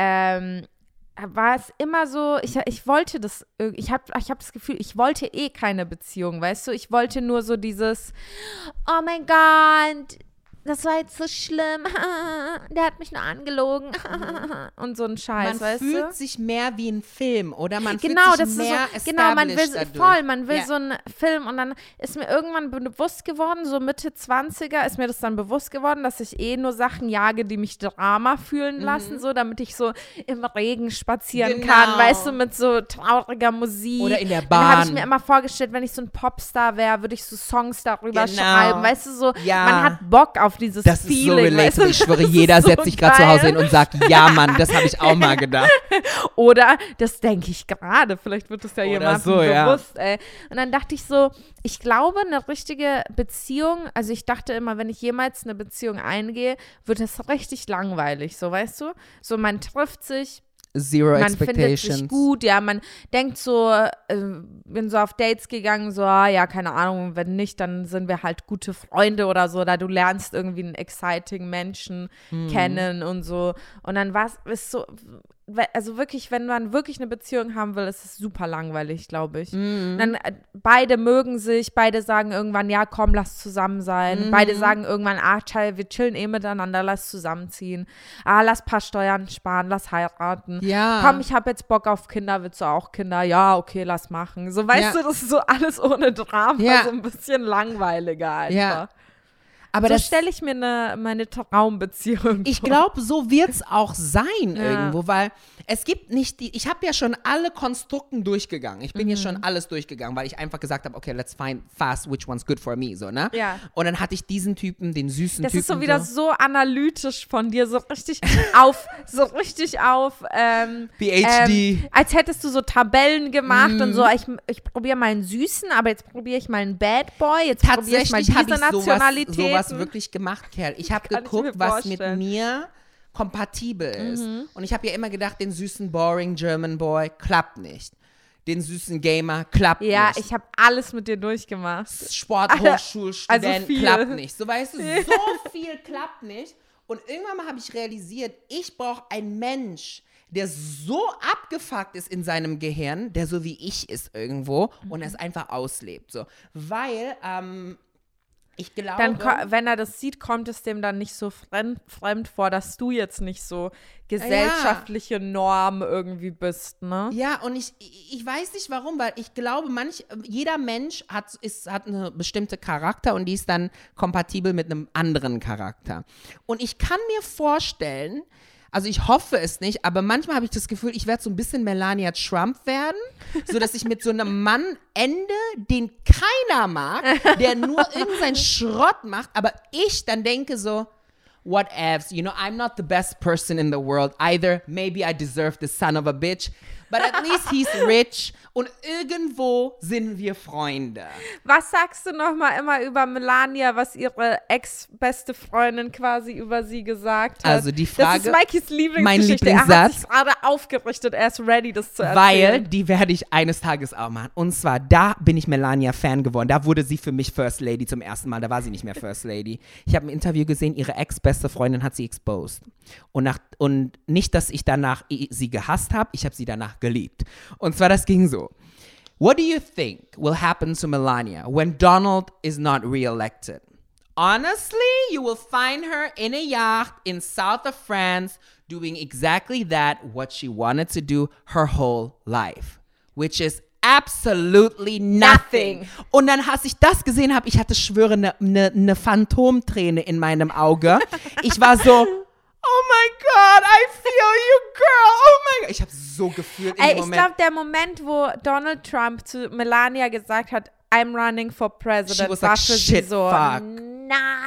War es immer so, ich wollte das, ich hab das Gefühl, ich wollte eh keine Beziehung, weißt du? Ich wollte nur so dieses, oh mein Gott, das war jetzt so schlimm, der hat mich nur angelogen und so ein Scheiß, weißt du? Man fühlt sich mehr wie ein Film, oder? Man fühlt sich mehr established man will so einen Film und dann ist mir irgendwann bewusst geworden, so Mitte 20er ist mir das dann bewusst geworden, dass ich eh nur Sachen jage, die mich Drama fühlen lassen, so, damit ich so im Regen spazieren kann, weißt du, mit so trauriger Musik. Oder in der Bahn. Dann habe ich mir immer vorgestellt, wenn ich so ein Popstar wäre, würde ich so Songs darüber schreiben, weißt du, so, man hat Bock auf dieses das Feeling. Das ist so relatable. Ich schwöre, jeder setzt sich gerade zu Hause hin und sagt, ja, Mann, das habe ich auch mal gedacht. Oder, das denke ich gerade, vielleicht wird es ja jemandem so, bewusst, ey. Und dann dachte ich so, ich glaube, eine richtige Beziehung, also ich dachte immer, wenn ich jemals eine Beziehung eingehe, wird das richtig langweilig, so, weißt du? So, man trifft sich, Zero man expectations. Findet sich gut, ja, man denkt so, bin so auf Dates gegangen, so, ja, keine Ahnung, wenn nicht, dann sind wir halt gute Freunde oder so, oder du lernst irgendwie einen exciting Menschen kennen und so. Und dann ist so, also wirklich, wenn man wirklich eine Beziehung haben will, ist es super langweilig, glaube ich. Dann beide mögen sich, beide sagen irgendwann, ja, komm, lass zusammen sein. Beide sagen irgendwann, wir chillen eh miteinander, lass zusammenziehen. Lass ein paar Steuern sparen, lass heiraten. Ja. Komm, ich habe jetzt Bock auf Kinder, willst du auch Kinder? Ja, okay, lass machen. So, weißt du, das ist so alles ohne Drama, so ein bisschen langweiliger einfach. Ja. Aber so stelle ich mir meine Traumbeziehung vor. Ich glaube, so wird es auch sein irgendwo, weil es gibt nicht ich habe ja schon alle Konstrukten durchgegangen. Ich bin ja schon alles durchgegangen, weil ich einfach gesagt habe, okay, let's find fast which one's good for me, so, ne? Ja. Und dann hatte ich diesen Typen, den süßen Typen. Das ist so wieder so analytisch von dir, so richtig auf PhD. Als hättest du so Tabellen gemacht und so, ich probiere mal einen Süßen, aber jetzt probiere ich mal einen Bad Boy, jetzt probiere ich mal diese Nationalität. Sowas wirklich gemacht, Kerl. Ich habe geguckt, was mit mir kompatibel ist. Und ich habe ja immer gedacht, den süßen, boring German Boy klappt nicht. Den süßen Gamer klappt nicht. Ja, ich habe alles mit dir durchgemacht. Sporthochschulstudent klappt nicht. So, weißt du, so viel klappt nicht. Und irgendwann mal habe ich realisiert, ich brauche einen Mensch, der so abgefuckt ist in seinem Gehirn, der so wie ich ist irgendwo und es einfach auslebt. So. Weil, ich glaube, dann, wenn er das sieht, kommt es dem dann nicht so fremd vor, dass du jetzt nicht so gesellschaftliche Norm irgendwie bist, ne? Ja, und ich weiß nicht warum, weil ich glaube, jeder Mensch hat eine bestimmte Charakter und die ist dann kompatibel mit einem anderen Charakter. Und ich kann mir vorstellen, also ich hoffe es nicht, aber manchmal habe ich das Gefühl, ich werde so ein bisschen Melania Trump werden, sodass ich mit so einem Mann ende, den keiner mag, der nur irgendeinen Schrott macht, aber ich dann denke so, what ifs, you know, I'm not the best person in the world either, maybe I deserve the son of a bitch, but at least he's rich und irgendwo sind wir Freunde. Was sagst du nochmal immer über Melania, was ihre ex-beste Freundin quasi über sie gesagt hat? Also die Frage, das ist Mikes Lieblingsgeschichte. Mein Lieblingssatz. Er hat sich gerade aufgerichtet, er ist ready, das zu erzählen. Weil, die werde ich eines Tages auch machen. Und zwar, da bin ich Melania-Fan geworden. Da wurde sie für mich First Lady zum ersten Mal. Da war sie nicht mehr First Lady. Ich habe ein Interview gesehen, ihre ex-beste Freundin hat sie exposed. Und nicht, dass ich danach sie gehasst habe, ich habe sie danach geliebt. Und zwar, das ging so. What do you think will happen to Melania when Donald is not re-elected? Honestly, you will find her in a yacht in south of France doing exactly that, what she wanted to do her whole life, which is absolutely nothing. Und dann, als ich das gesehen habe, ich hatte, schwöre, eine Phantomträne in meinem Auge. Ich war so, oh my God, I feel you, girl. Oh my God. Ich habe so gefühlt in dem Moment. Ich glaube, der Moment, wo Donald Trump zu Melania gesagt hat, I'm running for president, war für sie so, nein,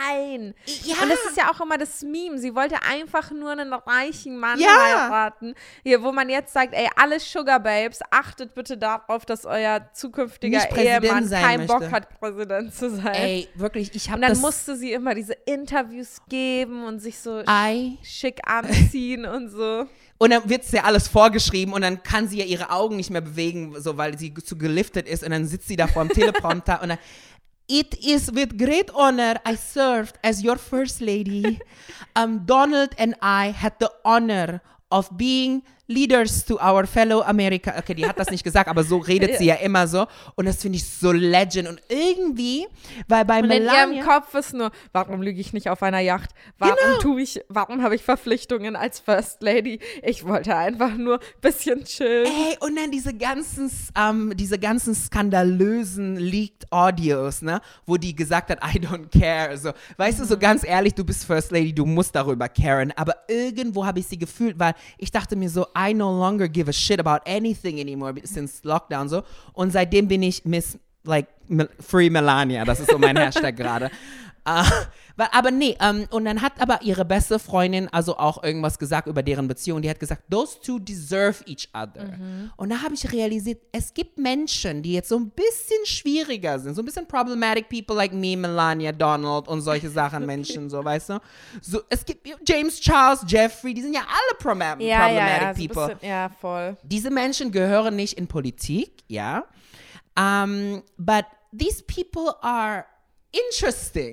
nein. Ja. Und das ist ja auch immer das Meme. Sie wollte einfach nur einen reichen Mann heiraten. Hier, wo man jetzt sagt, ey, alle Sugar Babes, achtet bitte darauf, dass euer zukünftiger Ehemann keinen Bock hat, Präsident zu sein. Ey, wirklich, und dann musste sie immer diese Interviews geben und sich so schick anziehen und so. Und dann wird es ja alles vorgeschrieben und dann kann sie ja ihre Augen nicht mehr bewegen, so, weil sie zu geliftet ist. Und dann sitzt sie da vor dem Teleprompter und dann It is with great honor I served as your first lady. Donald and I had the honor of being leaders to our fellow America. Okay, die hat das nicht gesagt, aber so redet sie ja immer so. Und das finde ich so legend. Und irgendwie, weil bei Melania... in ihrem Kopf ist nur, warum lüge ich nicht auf einer Yacht? Warum habe ich Verpflichtungen als First Lady? Ich wollte einfach nur ein bisschen chillen. Ey, und dann diese ganzen skandalösen Leaked Audios, ne, wo die gesagt hat, I don't care. So, weißt du, so ganz ehrlich, du bist First Lady, du musst darüber caren. Aber irgendwo habe ich sie gefühlt, weil ich dachte mir so, I no longer give a shit about anything anymore since Lockdown so. Und seitdem bin ich Free Melania. Das ist so mein Hashtag gerade. Aber nee, und dann hat aber ihre beste Freundin also auch irgendwas gesagt über deren Beziehung. Die hat gesagt, those two deserve each other. Und da habe ich realisiert, es gibt Menschen, die jetzt so ein bisschen schwieriger sind, so ein bisschen problematic people like me, Melania, Donald und solche Sachen, Menschen, so, weißt du? So, es gibt James Charles, Jeffrey, die sind ja alle problematic people. So bisschen, voll. Diese Menschen gehören nicht in Politik, ja. But these people are interesting.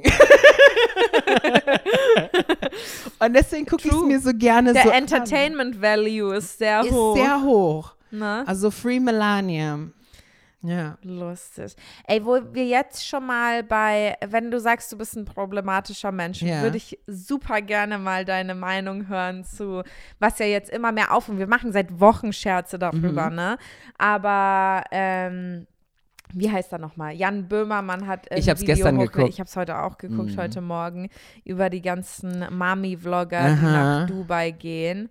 Und deswegen gucke ich es mir so gerne Der so Entertainment Value ist sehr hoch. Ist sehr hoch. Na? Also Free Melania. Ja. Lustig. Ey, wo wir jetzt schon mal wenn du sagst, du bist ein problematischer Mensch, würde ich super gerne mal deine Meinung hören zu, was ja jetzt immer mehr und wir machen seit Wochen Scherze darüber, ne? Aber, wie heißt er nochmal? Jan Böhmermann hat ich habe es gestern geguckt. Ich habe es heute auch geguckt, heute Morgen, über die ganzen Mami-Vlogger, die nach Dubai gehen.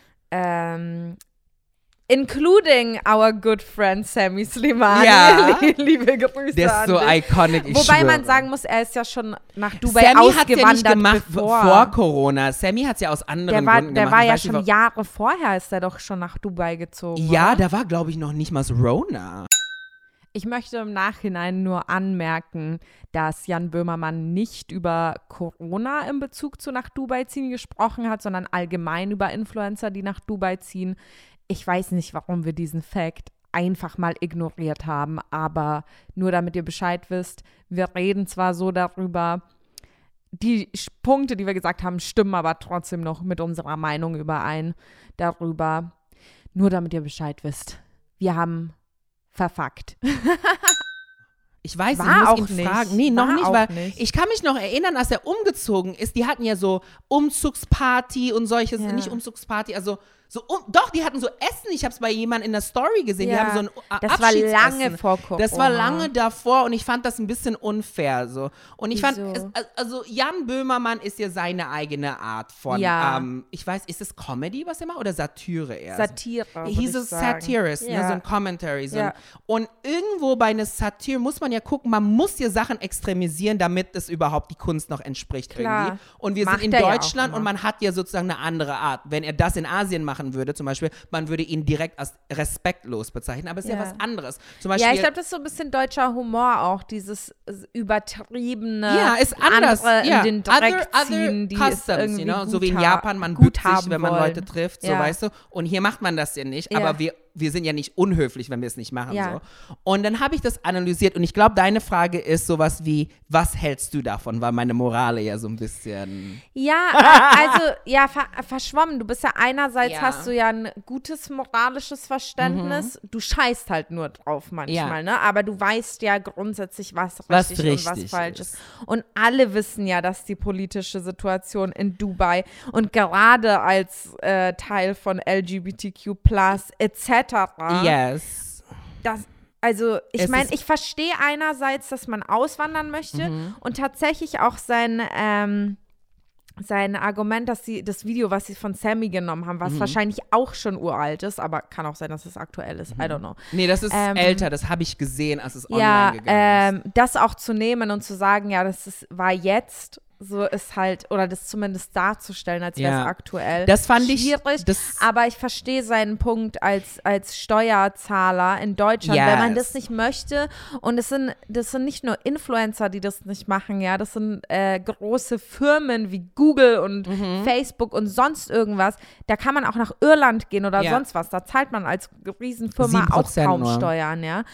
Including our good friend Sammy Slimani. Ja. Liebe Grüße. Der ist so iconic, Wobei man sagen muss, er ist ja schon nach Dubai ausgewandert, ja nicht gemacht vor Corona. Sammy hat es ja aus anderen Gründen gemacht. Der war ja schon Jahre vorher, ist er doch schon nach Dubai gezogen. Ja, oder? Da war, glaube ich, noch nicht mal Rona. Ich möchte im Nachhinein nur anmerken, dass Jan Böhmermann nicht über Corona in Bezug zu nach Dubai ziehen gesprochen hat, sondern allgemein über Influencer, die nach Dubai ziehen. Ich weiß nicht, warum wir diesen Fact einfach mal ignoriert haben, aber nur damit ihr Bescheid wisst, wir reden zwar so darüber, die Punkte, die wir gesagt haben, stimmen aber trotzdem noch mit unserer Meinung überein darüber. Nur damit ihr Bescheid wisst. Wir haben verfuckt. Ich weiß, ich muss ihn fragen. Nee, noch nicht, weil ich kann mich noch erinnern, als er umgezogen ist, die hatten ja so Umzugsparty und solches, nicht Umzugsparty, also doch, die hatten so Essen. Ich habe es bei jemandem in der Story gesehen. Die haben so ein Das war lange vor Corona. Das war lange davor und ich fand das ein bisschen unfair. So. Und ich fand, also Jan Böhmermann ist ja seine eigene Art von, ich weiß, ist es Comedy, was er macht, oder Satire eher? Satire, He's a satirist, ne, so ein Commentary. So und irgendwo bei einer Satire muss man ja gucken, man muss ja Sachen extremisieren, damit es überhaupt die Kunst noch entspricht irgendwie. Und wir sind in Deutschland und man hat ja sozusagen eine andere Art. Wenn er das in Asien machen würde, zum Beispiel, man würde ihn direkt als respektlos bezeichnen, aber es ist ja was anderes. Zum Beispiel, ich glaube, das ist so ein bisschen deutscher Humor auch, dieses übertriebene, ist anders. In den Dreck ziehen, die customs, es irgendwie so wie in Japan, man bügt sich, wenn man Leute trifft, so, weißt du, und hier macht man das ja nicht, aber wir sind ja nicht unhöflich, wenn wir es nicht machen. So. Und dann habe ich das analysiert und ich glaube, deine Frage ist sowas wie, was hältst du davon? Weil meine Morale ja so ein bisschen... Ja, also, verschwommen. Du bist ja einerseits, hast du ja ein gutes moralisches Verständnis. Du scheißt halt nur drauf manchmal, ne? Aber du weißt ja grundsätzlich, was richtig und was falsch ist. Und alle wissen ja, dass die politische Situation in Dubai und gerade als Teil von LGBTQ+, etc. Yes. Also ich meine, ich verstehe einerseits, dass man auswandern möchte und tatsächlich auch sein Argument, dass sie das Video, was sie von Sammy genommen haben, was wahrscheinlich auch schon uralt ist, aber kann auch sein, dass es aktuell ist. I don't know. Nee, das ist älter, das habe ich gesehen, als es online gegangen ist. Das auch zu nehmen und zu sagen, das war jetzt so ist halt, oder das zumindest darzustellen, als wäre es aktuell. Das fand schwierig, aber ich verstehe seinen Punkt als Steuerzahler in Deutschland, wenn man das nicht möchte. Und das sind nicht nur Influencer, die das nicht machen, ja, das sind große Firmen wie Google und Facebook und sonst irgendwas. Da kann man auch nach Irland gehen oder sonst was. Da zahlt man als Riesenfirma auch kaum nur Steuern, ja.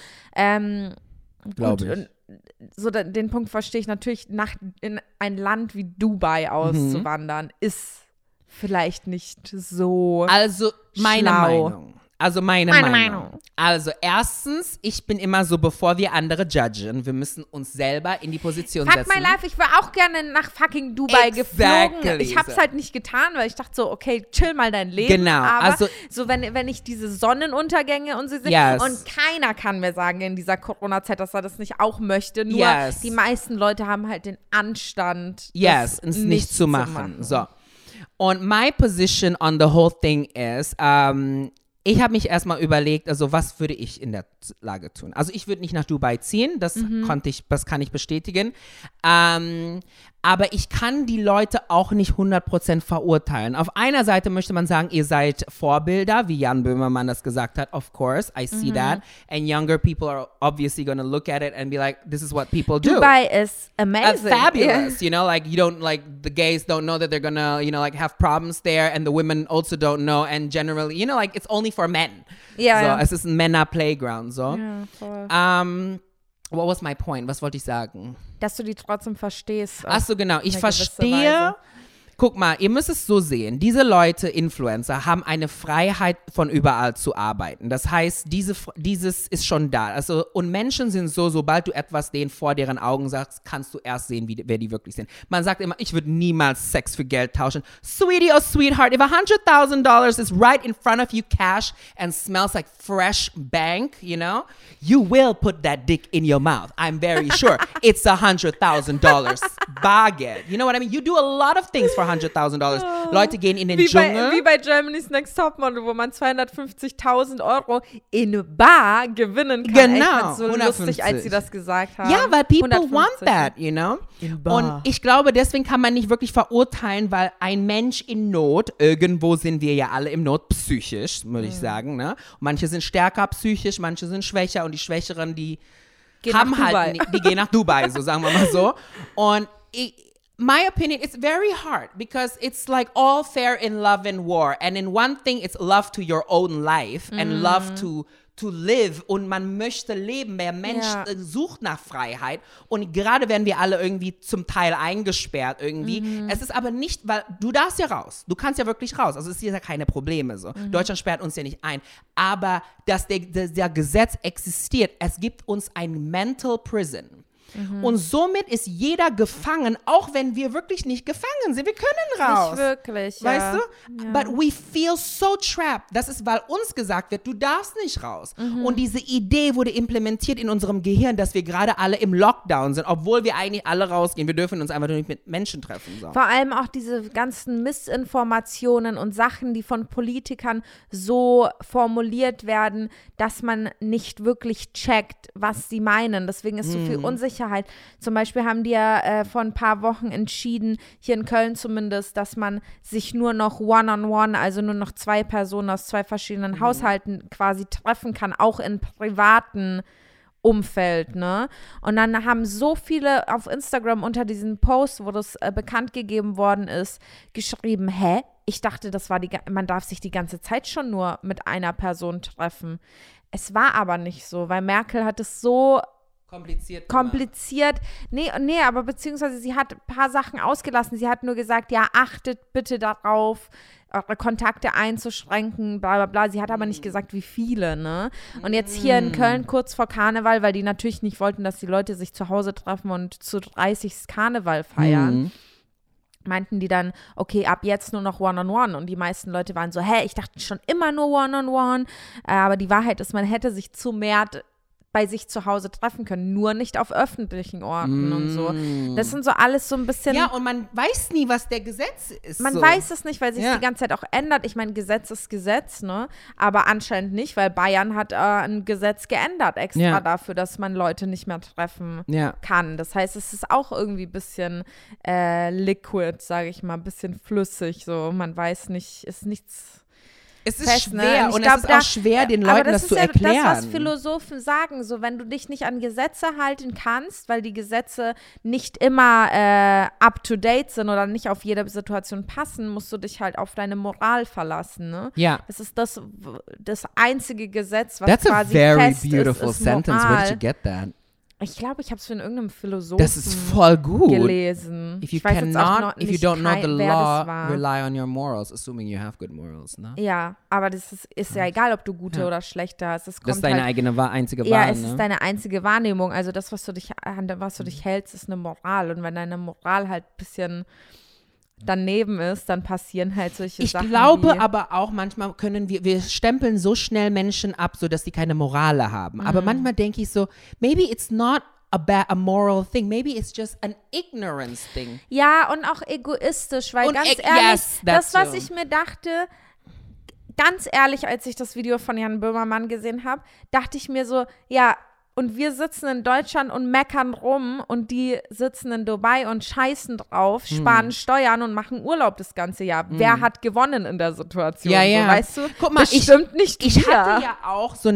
Glaube ich. So den Punkt verstehe ich natürlich, in ein Land wie Dubai auszuwandern, ist vielleicht nicht so Also meine schlau. Meinung. Also meine Meinung. Also erstens, ich bin immer so, bevor wir andere judgen, wir müssen uns selber in die Position setzen. Fuck my life, ich wäre auch gerne nach fucking Dubai geflogen. Ich hab's halt nicht getan, weil ich dachte so, okay, chill mal dein Leben. Genau. Aber also, so wenn ich diese Sonnenuntergänge und so sehe, und keiner kann mir sagen in dieser Corona-Zeit, dass er das nicht auch möchte. Nur die meisten Leute haben halt den Anstand, es nicht zu machen. So. Und my position on the whole thing is, ich habe mich erstmal überlegt, also was würde ich in der Lage tun? Also ich würde nicht nach Dubai ziehen, das kann ich bestätigen. Aber ich kann die Leute auch nicht 100% verurteilen. Auf einer Seite möchte man sagen, ihr seid Vorbilder, wie Jan Böhmermann das gesagt hat. Of course, I see that. And younger people are obviously going to look at it and be like, this is what people do. Dubai is amazing. Fabulous, you know, like you don't, like the gays don't know that they're going to, you know, like have problems there, and the women also don't know, and generally, you know, like it's only for men. Es ist ein Männer-Playground, so. Ja, voll. What was my point? Was wollte ich sagen? Dass du die trotzdem verstehst. Ach so, genau. Ich verstehe. Guck mal, ihr müsst es so sehen. Diese Leute, Influencer, haben eine Freiheit, von überall zu arbeiten. Das heißt, dieses ist schon da. Also, und Menschen sind so, sobald du etwas denen vor deren Augen sagst, kannst du erst sehen, wer die wirklich sind. Man sagt immer, ich würde niemals Sex für Geld tauschen. Sweetie or sweetheart, if $100,000 is right in front of you cash and smells like fresh bank, you know, you will put that dick in your mouth. I'm very sure. It's $100,000 bargain. You know what I mean? You do a lot of things for $100,000. Leute gehen in den Dschungel. Wie bei Germany's Next Topmodel, wo man 250.000 € in bar gewinnen kann. Genau. Ich so 150. Lustig, als sie das gesagt haben. Ja, weil people 150. Want that, you know? In bar. Und ich glaube, deswegen kann man nicht wirklich verurteilen, weil ein Mensch in Not, irgendwo sind wir ja alle in Not, psychisch, würde ich sagen, ne? Manche sind stärker psychisch, manche sind schwächer, und die Schwächeren, die gehen nach Dubai, so sagen wir mal so. Und my opinion, it's very hard because it's like all fair in love and war. And in one thing, it's love to your own life and love to live. Und man möchte leben. Der Mensch sucht nach Freiheit. Und gerade werden wir alle irgendwie zum Teil eingesperrt irgendwie. Es ist aber nicht, weil du darfst ja raus. Du kannst ja wirklich raus. Also es ist ja keine Probleme so. Deutschland sperrt uns ja nicht ein. Aber dass der Gesetz existiert, es gibt uns ein Mental Prison. Und somit ist jeder gefangen, auch wenn wir wirklich nicht gefangen sind. Wir können raus. Nicht wirklich, weißt du? Ja. But we feel so trapped. Das ist, weil uns gesagt wird, du darfst nicht raus. Und diese Idee wurde implementiert in unserem Gehirn, dass wir gerade alle im Lockdown sind, obwohl wir eigentlich alle rausgehen. Wir dürfen uns einfach nur nicht mit Menschen treffen. So. Vor allem auch diese ganzen Missinformationen und Sachen, die von Politikern so formuliert werden, dass man nicht wirklich checkt, was sie meinen. Deswegen ist so viel Unsicherheit. Zum Beispiel haben die ja vor ein paar Wochen entschieden, hier in Köln zumindest, dass man sich nur noch one-on-one, also nur noch 2 Personen aus 2 verschiedenen Haushalten quasi treffen kann, auch in privaten Umfeld, ne? Und dann haben so viele auf Instagram unter diesem Post, wo das bekannt gegeben worden ist, geschrieben, hä? Ich dachte, man darf sich die ganze Zeit schon nur mit einer Person treffen. Es war aber nicht so, weil Merkel hat es so kompliziert. Nee, aber beziehungsweise sie hat ein paar Sachen ausgelassen. Sie hat nur gesagt, ja, achtet bitte darauf, eure Kontakte einzuschränken, bla bla bla. Sie hat aber nicht gesagt, wie viele, ne? Und jetzt hier in Köln kurz vor Karneval, weil die natürlich nicht wollten, dass die Leute sich zu Hause treffen und zu 30. Karneval feiern. Meinten die dann, okay, ab jetzt nur noch One-on-One. Und die meisten Leute waren so, ich dachte schon immer nur One-on-One. Aber die Wahrheit ist, man hätte sich zu mehr bei sich zu Hause treffen können, nur nicht auf öffentlichen Orten und so. Das sind so alles so ein bisschen... Ja, und man weiß nie, was der Gesetz ist. Man weiß es nicht, weil sich die ganze Zeit auch ändert. Ich meine, Gesetz ist Gesetz, ne? Aber anscheinend nicht, weil Bayern hat ein Gesetz geändert, extra dafür, dass man Leute nicht mehr treffen kann. Das heißt, es ist auch irgendwie ein bisschen liquid, sage ich mal, ein bisschen flüssig, so. Man weiß nicht, ist nichts... Es ist schwer und es ist auch schwer, den Leuten das zu erklären. Das, was Philosophen sagen, so wenn du dich nicht an Gesetze halten kannst, weil die Gesetze nicht immer up-to-date sind oder nicht auf jede Situation passen, musst du dich halt auf deine Moral verlassen, ne? Ja. Das ist das einzige Gesetz, was That's quasi fest ist. That's a very beautiful sentence. Where did you get that? Ich glaube, ich habe es von irgendeinem Philosophen das ist voll gut. gelesen. If you don't know the law, rely on your morals, assuming you have good morals, ne? Ja, aber das ist ja egal, ob du gute oder schlechte hast. Das ist deine eigene einzige Wahl, Ja, es ist deine einzige Wahrnehmung. Also das, was du dich hältst, ist eine Moral. Und wenn deine Moral halt ein bisschen daneben ist, dann passieren halt solche Sachen. Ich glaube aber auch, manchmal wir stempeln so schnell Menschen ab, so dass die keine Moral haben. Aber manchmal denke ich so, maybe it's not a moral thing, maybe it's just an ignorance thing. Ja, und auch egoistisch, weil ganz ehrlich, das, was ich mir dachte, ganz ehrlich, als ich das Video von Jan Böhmermann gesehen habe, dachte ich mir so, ja, und wir sitzen in Deutschland und meckern rum und die sitzen in Dubai und scheißen drauf, sparen Steuern und machen Urlaub das ganze Jahr. Wer hat gewonnen in der Situation? Ja, ja. So, weißt du? Guck mal, bestimmt nicht ich hatte ja auch so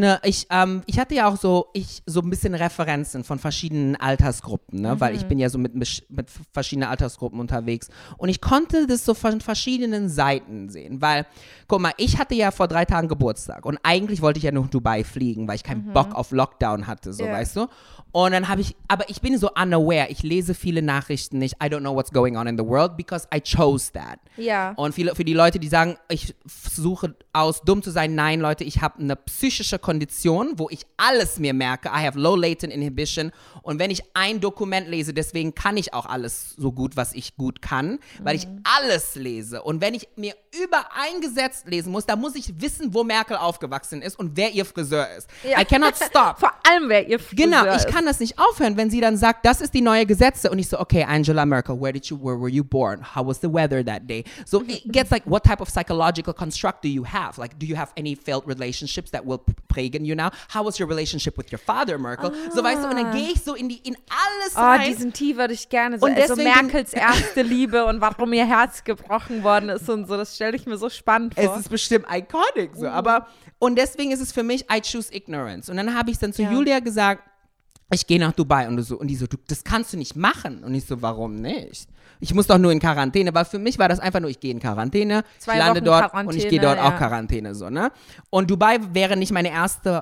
ein bisschen Referenzen von verschiedenen Altersgruppen, ne? Weil ich bin ja so mit verschiedenen Altersgruppen unterwegs und ich konnte das so von verschiedenen Seiten sehen, weil, guck mal, ich hatte ja vor 3 Tagen Geburtstag und eigentlich wollte ich ja nach Dubai fliegen, weil ich keinen Bock auf Lockdown hatte. So, weißt du? Und dann aber ich bin so unaware. Ich lese viele Nachrichten nicht. I don't know what's going on in the world because I chose that. Ja. Und für die Leute, die sagen, ich versuche aus dumm zu sein, nein, Leute, ich habe eine psychische Kondition, wo ich alles mir merke. I have low latent inhibition. Und wenn ich ein Dokument lese, deswegen kann ich auch alles so gut, was ich gut kann, weil ich alles lese. Und wenn ich mir über ein Gesetz lesen muss, dann muss ich wissen, wo Merkel aufgewachsen ist und wer ihr Friseur ist. Ja. I cannot stop. Vor allem, wer ihr Friseur Genau, ich kann das nicht aufhören, wenn sie dann sagt, das ist die neue Gesetze. Und ich so, okay, Angela Merkel, where were you born? How was the weather that day? So it gets like, what type of psychological construct do you have? Like, do you have any failed relationships that will prägen you now? How was your relationship with your father, Merkel? So, weißt du, und dann gehe ich so in alles rein. Oh, diesen Tee würde ich gerne so, also Merkels erste Liebe und warum ihr Herz gebrochen worden ist und so, das stelle ich mir so spannend vor. Es ist bestimmt iconic, so, aber, und deswegen ist es für mich, I choose ignorance. Und dann habe ich dann zu Julia gesagt, ich gehe nach Dubai und die so, das kannst du nicht machen. Und ich so, warum nicht? Ich muss doch nur in Quarantäne, weil für mich war das einfach nur, ich gehe in Quarantäne, ich lande dort und ich gehe dort auch Quarantäne, so, ne? Und Dubai wäre nicht meine erste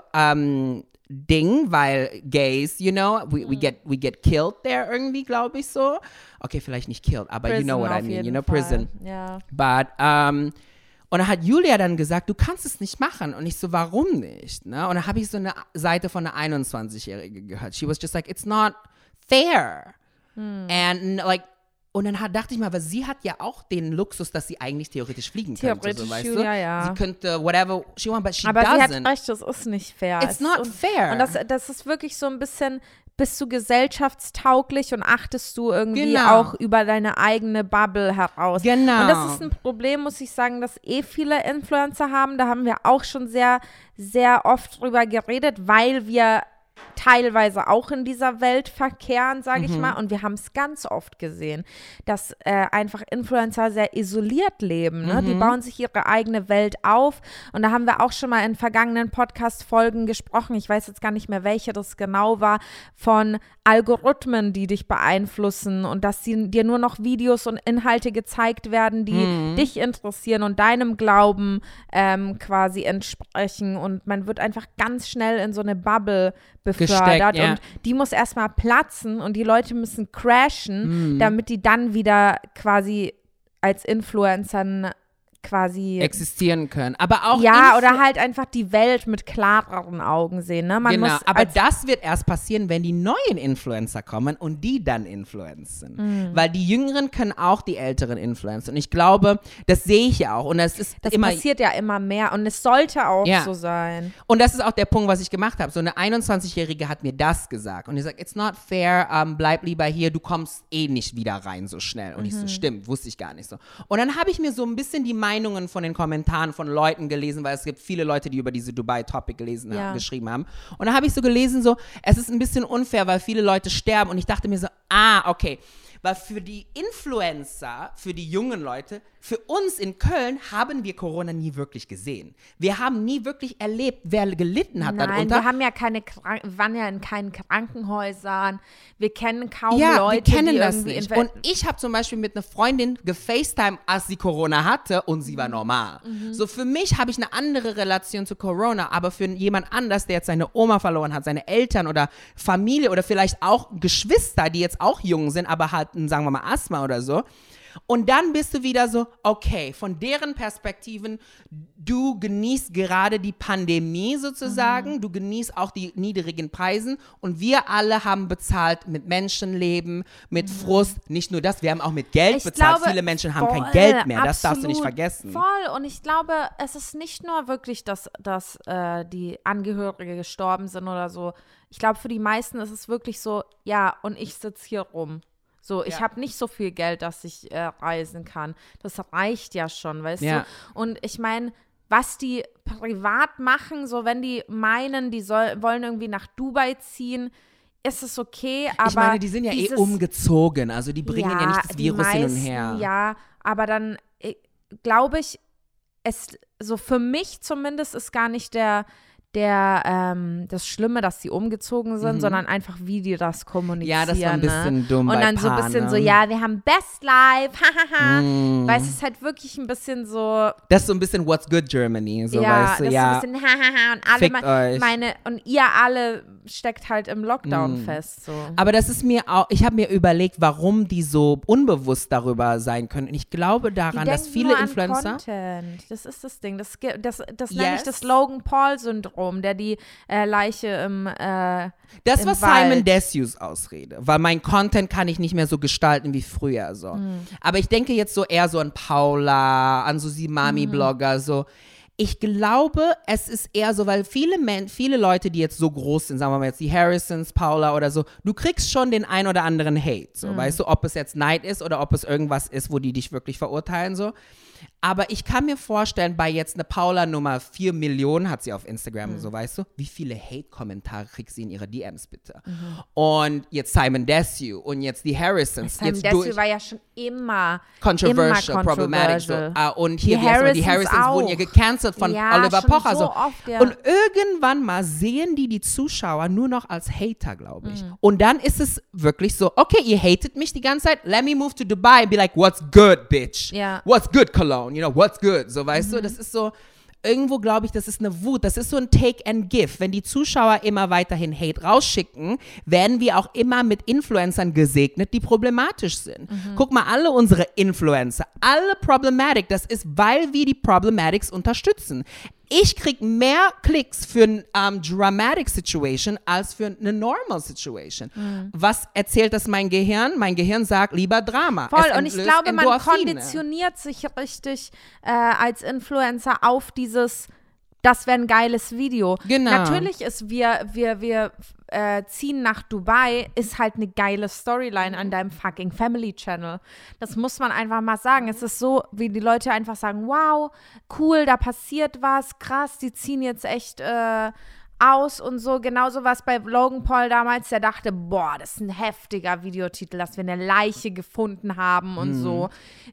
Ding, weil Gays, you know, we get killed there irgendwie, glaube ich so. Okay, vielleicht nicht killed, aber Prison, you know what I mean, you know, Fall. prison. Ja. But, und dann hat Julia dann gesagt, du kannst es nicht machen. Und ich so, warum nicht? Ne? Und dann habe ich so eine Seite von einer 21-Jährigen gehört. She was just like, it's not fair. And like, und dann dachte ich mal, weil sie hat ja auch den Luxus, dass sie eigentlich theoretisch fliegen könnte. So, weißt du? Ja. Sie könnte whatever she wants, but she aber doesn't. Aber sie hat recht, das ist nicht fair. It's not fair. Und das ist wirklich so ein bisschen, bist du gesellschaftstauglich und achtest du irgendwie auch über deine eigene Bubble heraus. Genau. Und das ist ein Problem, muss ich sagen, dass viele Influencer haben. Da haben wir auch schon sehr, sehr oft drüber geredet, weil wir teilweise auch in dieser Welt verkehren, sage ich mal. Und wir haben es ganz oft gesehen, dass einfach Influencer sehr isoliert leben. Ne? Die bauen sich ihre eigene Welt auf. Und da haben wir auch schon mal in vergangenen Podcast-Folgen gesprochen, ich weiß jetzt gar nicht mehr, welche das genau war, von Algorithmen, die dich beeinflussen und dass dir nur noch Videos und Inhalte gezeigt werden, die dich interessieren und deinem Glauben quasi entsprechen. Und man wird einfach ganz schnell in so eine Bubble befördert und die muss erstmal platzen und die Leute müssen crashen, damit die dann wieder quasi als Influencern quasi existieren können. Aber auch oder halt einfach die Welt mit klareren Augen sehen. Ne? Man muss aber das wird erst passieren, wenn die neuen Influencer kommen und die dann influenzen. Weil die Jüngeren können auch die Älteren influenzen. Und ich glaube, das sehe ich ja auch. Und das passiert ja immer mehr und es sollte auch so sein. Und das ist auch der Punkt, was ich gemacht habe. So eine 21-Jährige hat mir das gesagt. Und ich sage, it's not fair, bleib lieber hier, du kommst eh nicht wieder rein so schnell. Und ich so, stimmt, wusste ich gar nicht so. Und dann habe ich mir so ein bisschen die Meinungen von den Kommentaren von Leuten gelesen, weil es gibt viele Leute, die über diese Dubai-Topic geschrieben haben. Und dann habe ich so gelesen, so, es ist ein bisschen unfair, weil viele Leute sterben. Und ich dachte mir so, okay. Weil für die Influencer, für die jungen Leute, für uns in Köln haben wir Corona nie wirklich gesehen. Wir haben nie wirklich erlebt, wer gelitten hat darunter. Nein, wir haben ja waren ja in keinen Krankenhäusern. Wir kennen kaum Leute, wir kennen das nicht. Und ich habe zum Beispiel mit einer Freundin gefacetimed, als sie Corona hatte und sie war normal. So für mich habe ich eine andere Relation zu Corona, aber für jemand anders, der jetzt seine Oma verloren hat, seine Eltern oder Familie oder vielleicht auch Geschwister, die jetzt auch jung sind, aber halt, sagen wir mal, Asthma oder so. Und dann bist du wieder so, okay, von deren Perspektiven, du genießt gerade die Pandemie sozusagen, du genießt auch die niedrigen Preisen und wir alle haben bezahlt mit Menschenleben, mit Frust, nicht nur das, wir haben auch mit Geld bezahlt. Viele Menschen haben kein Geld mehr, das darfst du nicht vergessen. Voll, und ich glaube, es ist nicht nur wirklich, dass die Angehörige gestorben sind oder so. Ich glaube, für die meisten ist es wirklich so, ja, und ich sitze hier rum. So, ich habe nicht so viel Geld, dass ich reisen kann. Das reicht ja schon, weißt du? Und ich meine, was die privat machen, so wenn die meinen, die wollen irgendwie nach Dubai ziehen, ist es okay, aber ich meine, die sind ja umgezogen, also die bringen ja nicht das Virus hin und her. Ja, aber dann glaube ich, so für mich zumindest ist gar nicht das Schlimme, dass sie umgezogen sind, sondern einfach, wie die das kommunizieren. Ja, das war ein bisschen dumm. Und dann so ein bisschen so, ja, wir haben Best Life, hahaha. Weil es ist halt wirklich ein bisschen so. Das ist so ein bisschen What's Good Germany, so weißt du, das ist ein bisschen hahaha und alle und ihr alle steckt halt im Lockdown fest. So. Aber das ist ich habe mir überlegt, warum die so unbewusst darüber sein können. Und ich glaube daran, dass viele Influencer. Content. Das ist das Ding. Das nenne ich das Logan Paul-Syndrom. Der die Leiche im Das war Simon Desius Ausrede, weil mein Content kann ich nicht mehr so gestalten wie früher. So. Aber ich denke jetzt so eher so an Paula, an so Simami-Blogger, so. Ich glaube, es ist eher so, weil viele Leute, die jetzt so groß sind, sagen wir mal jetzt die Harrisons, Paula oder so, du kriegst schon den ein oder anderen Hate, so, weißt du, ob es jetzt Neid ist oder ob es irgendwas ist, wo die dich wirklich verurteilen, so. Aber ich kann mir vorstellen, bei jetzt eine Paula Nummer 4 Millionen hat sie auf Instagram, so weißt du, wie viele Hate-Kommentare kriegt sie in ihre DMs bitte? Und jetzt Simon Desue und jetzt die Harrisons. Simon Desue war ja schon immer controversial. Problematic. So. Und hier die Harrisons wurden ja gecancelt von Oliver Pocher. So. Oft, ja. Und irgendwann mal sehen die Zuschauer nur noch als Hater, glaube ich. Und dann ist es wirklich so, okay, ihr hatet mich die ganze Zeit, let me move to Dubai and be like, what's good, bitch? Yeah. What's good, Cologne? You know, what's good? So, weißt du, das ist so, irgendwo glaube ich, das ist eine Wut, das ist so ein Take and Give. Wenn die Zuschauer immer weiterhin Hate rausschicken, werden wir auch immer mit Influencern gesegnet, die problematisch sind. Guck mal, alle unsere Influencer, alle problematic, das ist, weil wir die Problematics unterstützen. Ich krieg mehr Klicks für eine dramatic Situation als für eine normal Situation. Was erzählt das mein Gehirn? Mein Gehirn sagt lieber Drama. Voll, und ich glaube, man konditioniert sich richtig als Influencer auf dieses, das wäre ein geiles Video. Genau. Natürlich ist wir ziehen nach Dubai, ist halt eine geile Storyline an deinem fucking Family Channel. Das muss man einfach mal sagen. Es ist so, wie die Leute einfach sagen, wow, cool, da passiert was, krass, die ziehen jetzt echt aus und so. Genauso was bei Logan Paul damals, der dachte, boah, das ist ein heftiger Videotitel, dass wir eine Leiche gefunden haben und so.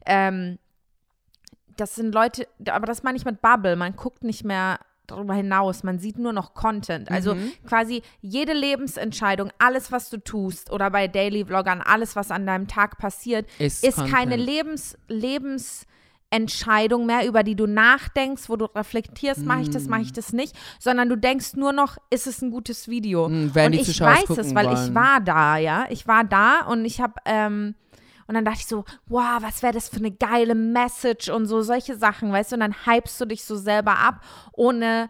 Das sind Leute, aber das meine ich mit Bubble, man guckt nicht mehr darüber hinaus, man sieht nur noch Content. Also quasi jede Lebensentscheidung, alles, was du tust oder bei Daily Vloggern, alles, was an deinem Tag passiert, ist keine Lebensentscheidung mehr, über die du nachdenkst, wo du reflektierst, mache ich das nicht, sondern du denkst nur noch, ist es ein gutes Video? Und ich weiß es, weil ich war da, ja. Ich war da und ich habe Und dann dachte ich so, wow, was wäre das für eine geile Message und so, solche Sachen, weißt du, und dann hypst du dich so selber ab, ohne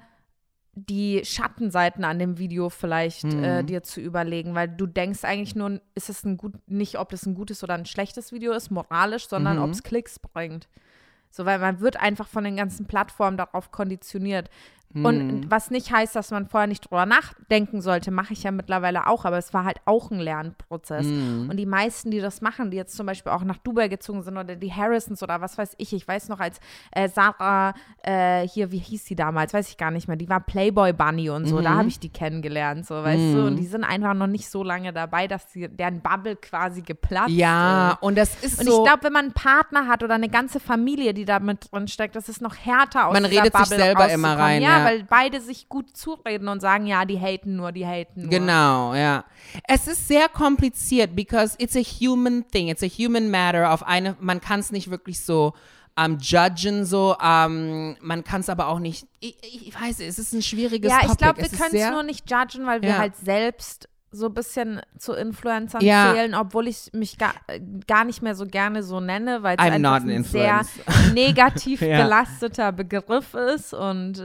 die Schattenseiten an dem Video vielleicht dir zu überlegen, weil du denkst eigentlich nur, ist es nicht, ob das ein gutes oder ein schlechtes Video ist, moralisch, sondern ob es Klicks bringt. So, weil man wird einfach von den ganzen Plattformen darauf konditioniert. Und was nicht heißt, dass man vorher nicht drüber nachdenken sollte, mache ich ja mittlerweile auch, aber es war halt auch ein Lernprozess. Und die meisten, die das machen, die jetzt zum Beispiel auch nach Dubai gezogen sind oder die Harrisons oder was weiß ich weiß noch, als Sarah, hier, wie hieß sie damals, weiß ich gar nicht mehr, die war Playboy Bunny und so, da habe ich die kennengelernt, so, weißt du, und die sind einfach noch nicht so lange dabei, dass deren Bubble quasi geplatzt ist. Ja, und das ist und so. Und ich glaube, wenn man einen Partner hat oder eine ganze Familie, die da mit drin steckt, das ist noch härter aus man dieser redet Bubble sich selber immer rein, ja, weil beide sich gut zureden und sagen, ja, die haten nur. Genau, ja. Es ist sehr kompliziert, because it's a human thing, it's a human matter. Man kann es nicht wirklich so judgen, so, man kann es aber auch nicht, ich weiß, es ist ein schwieriges Topic. Ja, ich glaube, wir können es nur nicht judgen, weil wir halt selbst so ein bisschen zu Influencern zählen, obwohl ich mich gar nicht mehr so gerne so nenne, weil es einfach ein sehr negativ belasteter Begriff ist und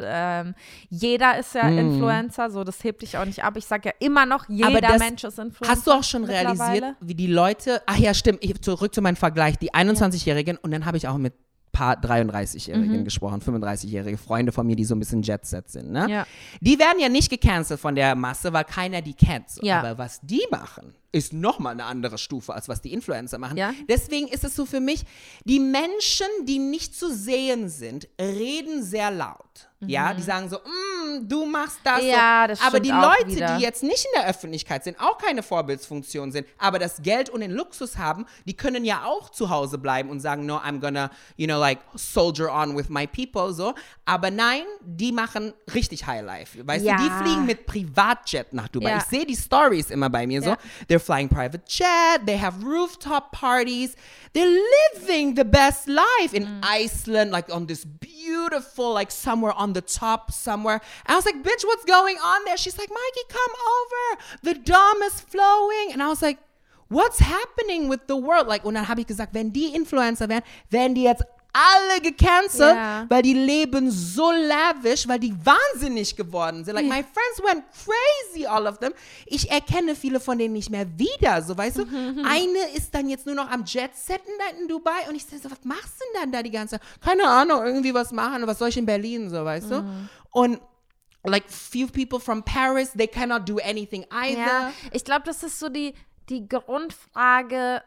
jeder ist ja Influencer, so, das hebt dich auch nicht ab. Ich sage ja immer noch, jeder Mensch ist Influencer. Hast du auch schon realisiert, wie die Leute, ach ja, stimmt, zurück zu meinem Vergleich, die 21-Jährigen und dann habe ich auch mit paar 33-Jährigen gesprochen, 35-Jährige, Freunde von mir, die so ein bisschen Jet-Set sind, ne? Ja. Die werden ja nicht gecancelt von der Masse, weil keiner die kennt. So. Ja. Aber was die machen, ist nochmal eine andere Stufe, als was die Influencer machen. Ja. Deswegen ist es so für mich, die Menschen, die nicht zu sehen sind, reden sehr laut. Ja, die sagen so, du machst das. Ja, so. Das aber die Leute, die jetzt nicht in der Öffentlichkeit sind, auch keine Vorbildsfunktion sind, aber das Geld und den Luxus haben, die können ja auch zu Hause bleiben und sagen, no, I'm gonna, like, soldier on with my people, so. Aber nein, die machen richtig Highlife. Weißt du, die fliegen mit Privatjet nach Dubai. Ja. Ich sehe die Stories immer bei mir so. They're flying private jet, they have rooftop parties, they're living the best life in Iceland, like on this beautiful, like somewhere on the top somewhere. And I was like, bitch, what's going on there? She's like, Mikey, come over. The dome is flowing. And I was like, what's happening with the world? Like, und dann habe ich gesagt, wenn die Influencer wären, wären die jetzt alle gecancelt, weil die leben so lavish, weil die wahnsinnig geworden sind. Like, my friends went crazy, all of them. Ich erkenne viele von denen nicht mehr wieder, so, weißt du? Eine ist dann jetzt nur noch am Jet-Setten da in Dubai und ich sage so, was machst du denn dann da die ganze Zeit? Keine Ahnung, irgendwie was machen, was soll ich in Berlin, so, weißt du? Und like, few people from Paris, they cannot do anything either. Ja, ich glaube, das ist so die Grundfrage,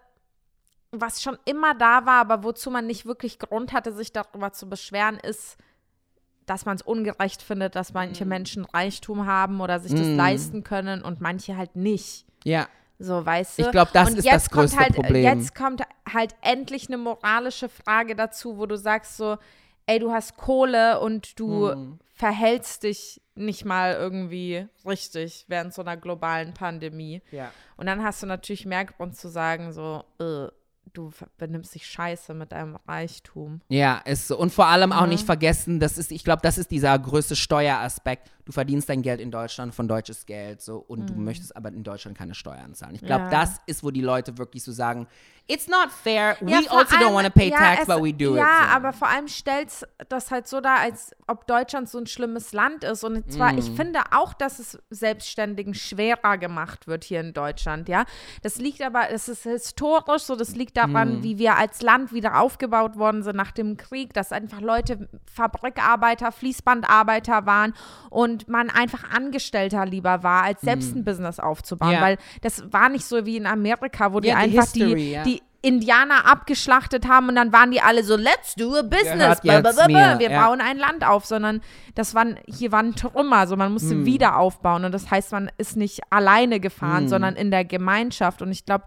was schon immer da war, aber wozu man nicht wirklich Grund hatte, sich darüber zu beschweren, ist, dass man es ungerecht findet, dass manche Menschen Reichtum haben oder sich das leisten können und manche halt nicht. Ja. So, weißt du? Ich glaube, das ist das größte Problem. Jetzt kommt halt endlich eine moralische Frage dazu, wo du sagst so, ey, du hast Kohle und du verhältst dich nicht mal irgendwie richtig während so einer globalen Pandemie. Ja. Und dann hast du natürlich mehr Grund zu sagen so, du benimmst dich scheiße mit deinem Reichtum. Ja, ist so. Und vor allem auch nicht vergessen, ich glaube, das ist dieser größte Steueraspekt. Du verdienst dein Geld in Deutschland von deutsches Geld so und du möchtest aber in Deutschland keine Steuern zahlen. Ich glaube, das ist, wo die Leute wirklich so sagen, it's not fair, we also don't want to pay tax, but we do it. Ja, so. Aber vor allem stellt das halt so dar, als ob Deutschland so ein schlimmes Land ist. Und zwar, ich finde auch, dass es Selbstständigen schwerer gemacht wird hier in Deutschland, ja. Das liegt aber, es ist historisch so, das liegt daran, wie wir als Land wieder aufgebaut worden sind nach dem Krieg, dass einfach Leute Fabrikarbeiter, Fließbandarbeiter waren und man einfach Angestellter lieber war, als selbst ein Business aufzubauen, weil das war nicht so wie in Amerika, wo die einfach die Indianer abgeschlachtet haben und dann waren die alle so, let's do a business, wir bauen ein Land auf, sondern hier waren Trümmer, so man musste wieder aufbauen und das heißt, man ist nicht alleine gefahren, sondern in der Gemeinschaft und ich glaube,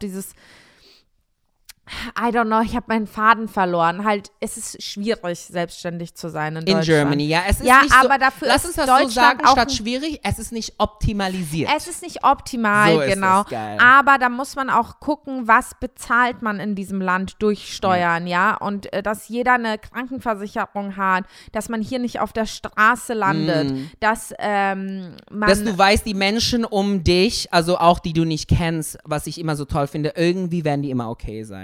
I don't know, ich habe meinen Faden verloren. Halt, es ist schwierig, selbstständig zu sein in Deutschland. In Germany, ja. Es ist ja, nicht aber so, dafür lass uns das so sagen, statt schwierig, es ist nicht optimalisiert. Es ist nicht optimal, so genau. Ist das geil. Aber da muss man auch gucken, was bezahlt man in diesem Land durch Steuern, ja. Und dass jeder eine Krankenversicherung hat, dass man hier nicht auf der Straße landet, dass du weißt, die Menschen um dich, also auch die du nicht kennst, was ich immer so toll finde, irgendwie werden die immer okay sein.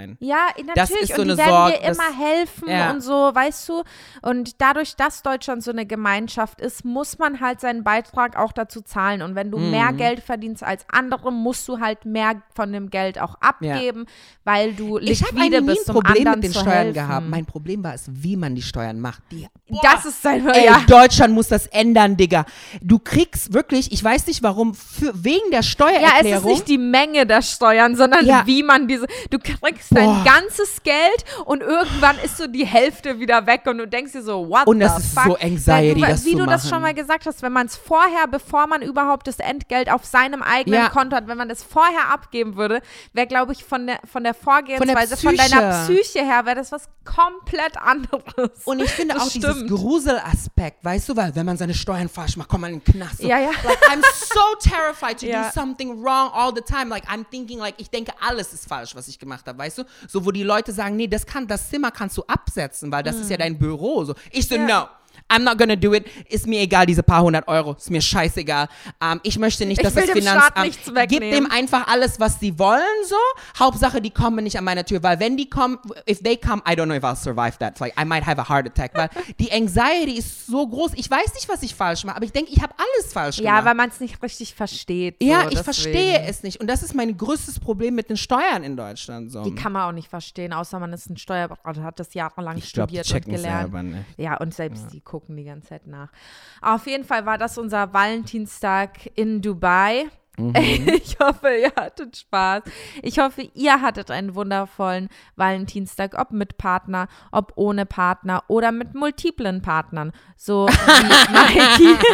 sein. Ja, natürlich. Das ist so und die eine werden Sorge, dir immer helfen und so, weißt du. Und dadurch, dass Deutschland so eine Gemeinschaft ist, muss man halt seinen Beitrag auch dazu zahlen. Und wenn du mehr Geld verdienst als andere, musst du halt mehr von dem Geld auch abgeben, weil du liquide bist, um anderen zu helfen. Ich habe nie ein Problem mit den Steuern gehabt. Mein Problem war es, wie man die Steuern macht. Das ist Deutschland muss das ändern, Digga. Du kriegst wirklich, ich weiß nicht warum, wegen der Steuererklärung. Ja, es ist nicht die Menge der Steuern, sondern wie man du kriegst dein ganzes Geld und irgendwann ist so die Hälfte wieder weg und du denkst dir so, what the fuck? Und das ist so Anxiety, das zu machen. Wie du das schon mal gesagt hast, wenn man es vorher, bevor man überhaupt das Entgelt auf seinem eigenen Konto hat, wenn man das vorher abgeben würde, wäre, glaube ich, von der Vorgehensweise, von deiner Psyche her, wäre das was komplett anderes. Und ich finde auch dieses Gruselaspekt, weißt du, weil wenn man seine Steuern falsch macht, kommt man in den Knast. So. Ja. Like, I'm so terrified to do something wrong all the time. Like, I'm thinking, like, ich denke, alles ist falsch, was ich gemacht habe, weißt du? So, wo die Leute sagen, nee, das Zimmer kannst du absetzen, weil das ist ja dein Büro. So. Ich so, no. I'm not gonna do it. Ist mir egal, diese paar 100 Euro. Ist mir scheißegal. Ich möchte nicht, dass das Finanzamt gibt dem einfach alles, was sie wollen, so. Hauptsache, die kommen nicht an meine Tür, weil wenn die kommen, if they come, I don't know if I'll survive that. Like, I might have a heart attack, weil die Anxiety ist so groß. Ich weiß nicht, was ich falsch mache, aber ich denke, ich habe alles falsch gemacht. Ja, weil man es nicht richtig versteht. So, ja, ich verstehe es nicht. Und das ist mein größtes Problem mit den Steuern in Deutschland. So. Die kann man auch nicht verstehen, außer man ist ein Steuerberater, hat das jahrelang studiert und gelernt. Selber, ne? Ja, und selbst die gucken die ganze Zeit nach. Auf jeden Fall war das unser Valentinstag in Dubai. Ich hoffe, ihr hattet Spaß. Ich hoffe, ihr hattet einen wundervollen Valentinstag, ob mit Partner, ob ohne Partner oder mit multiplen Partnern. So wie Mikey.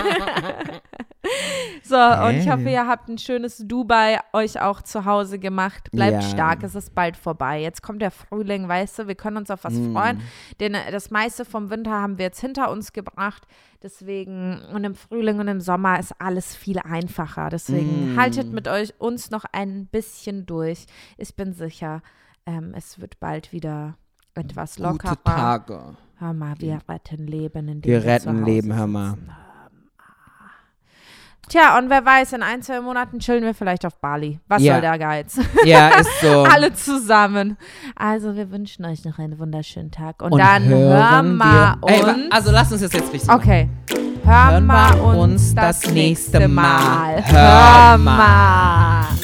So, und ich hoffe, ihr habt ein schönes Dubai euch auch zu Hause gemacht. Bleibt stark, es ist bald vorbei. Jetzt kommt der Frühling, weißt du, wir können uns auf was freuen. Denn das meiste vom Winter haben wir jetzt hinter uns gebracht. Deswegen, und im Frühling und im Sommer ist alles viel einfacher. Deswegen haltet mit uns noch ein bisschen durch. Ich bin sicher, es wird bald wieder etwas lockerer. Gute Tage. Hör mal, wir retten Leben, indem wir retten Leben, hör mal. Tja, und wer weiß, in 1-2 Monaten chillen wir vielleicht auf Bali. Was soll der Geiz? Ja, ist so. Alle zusammen. Also, wir wünschen euch noch einen wunderschönen Tag. Und dann hören wir uns. Also, lass uns das jetzt richtig machen. Hören wir uns das nächste Mal. Hör mal.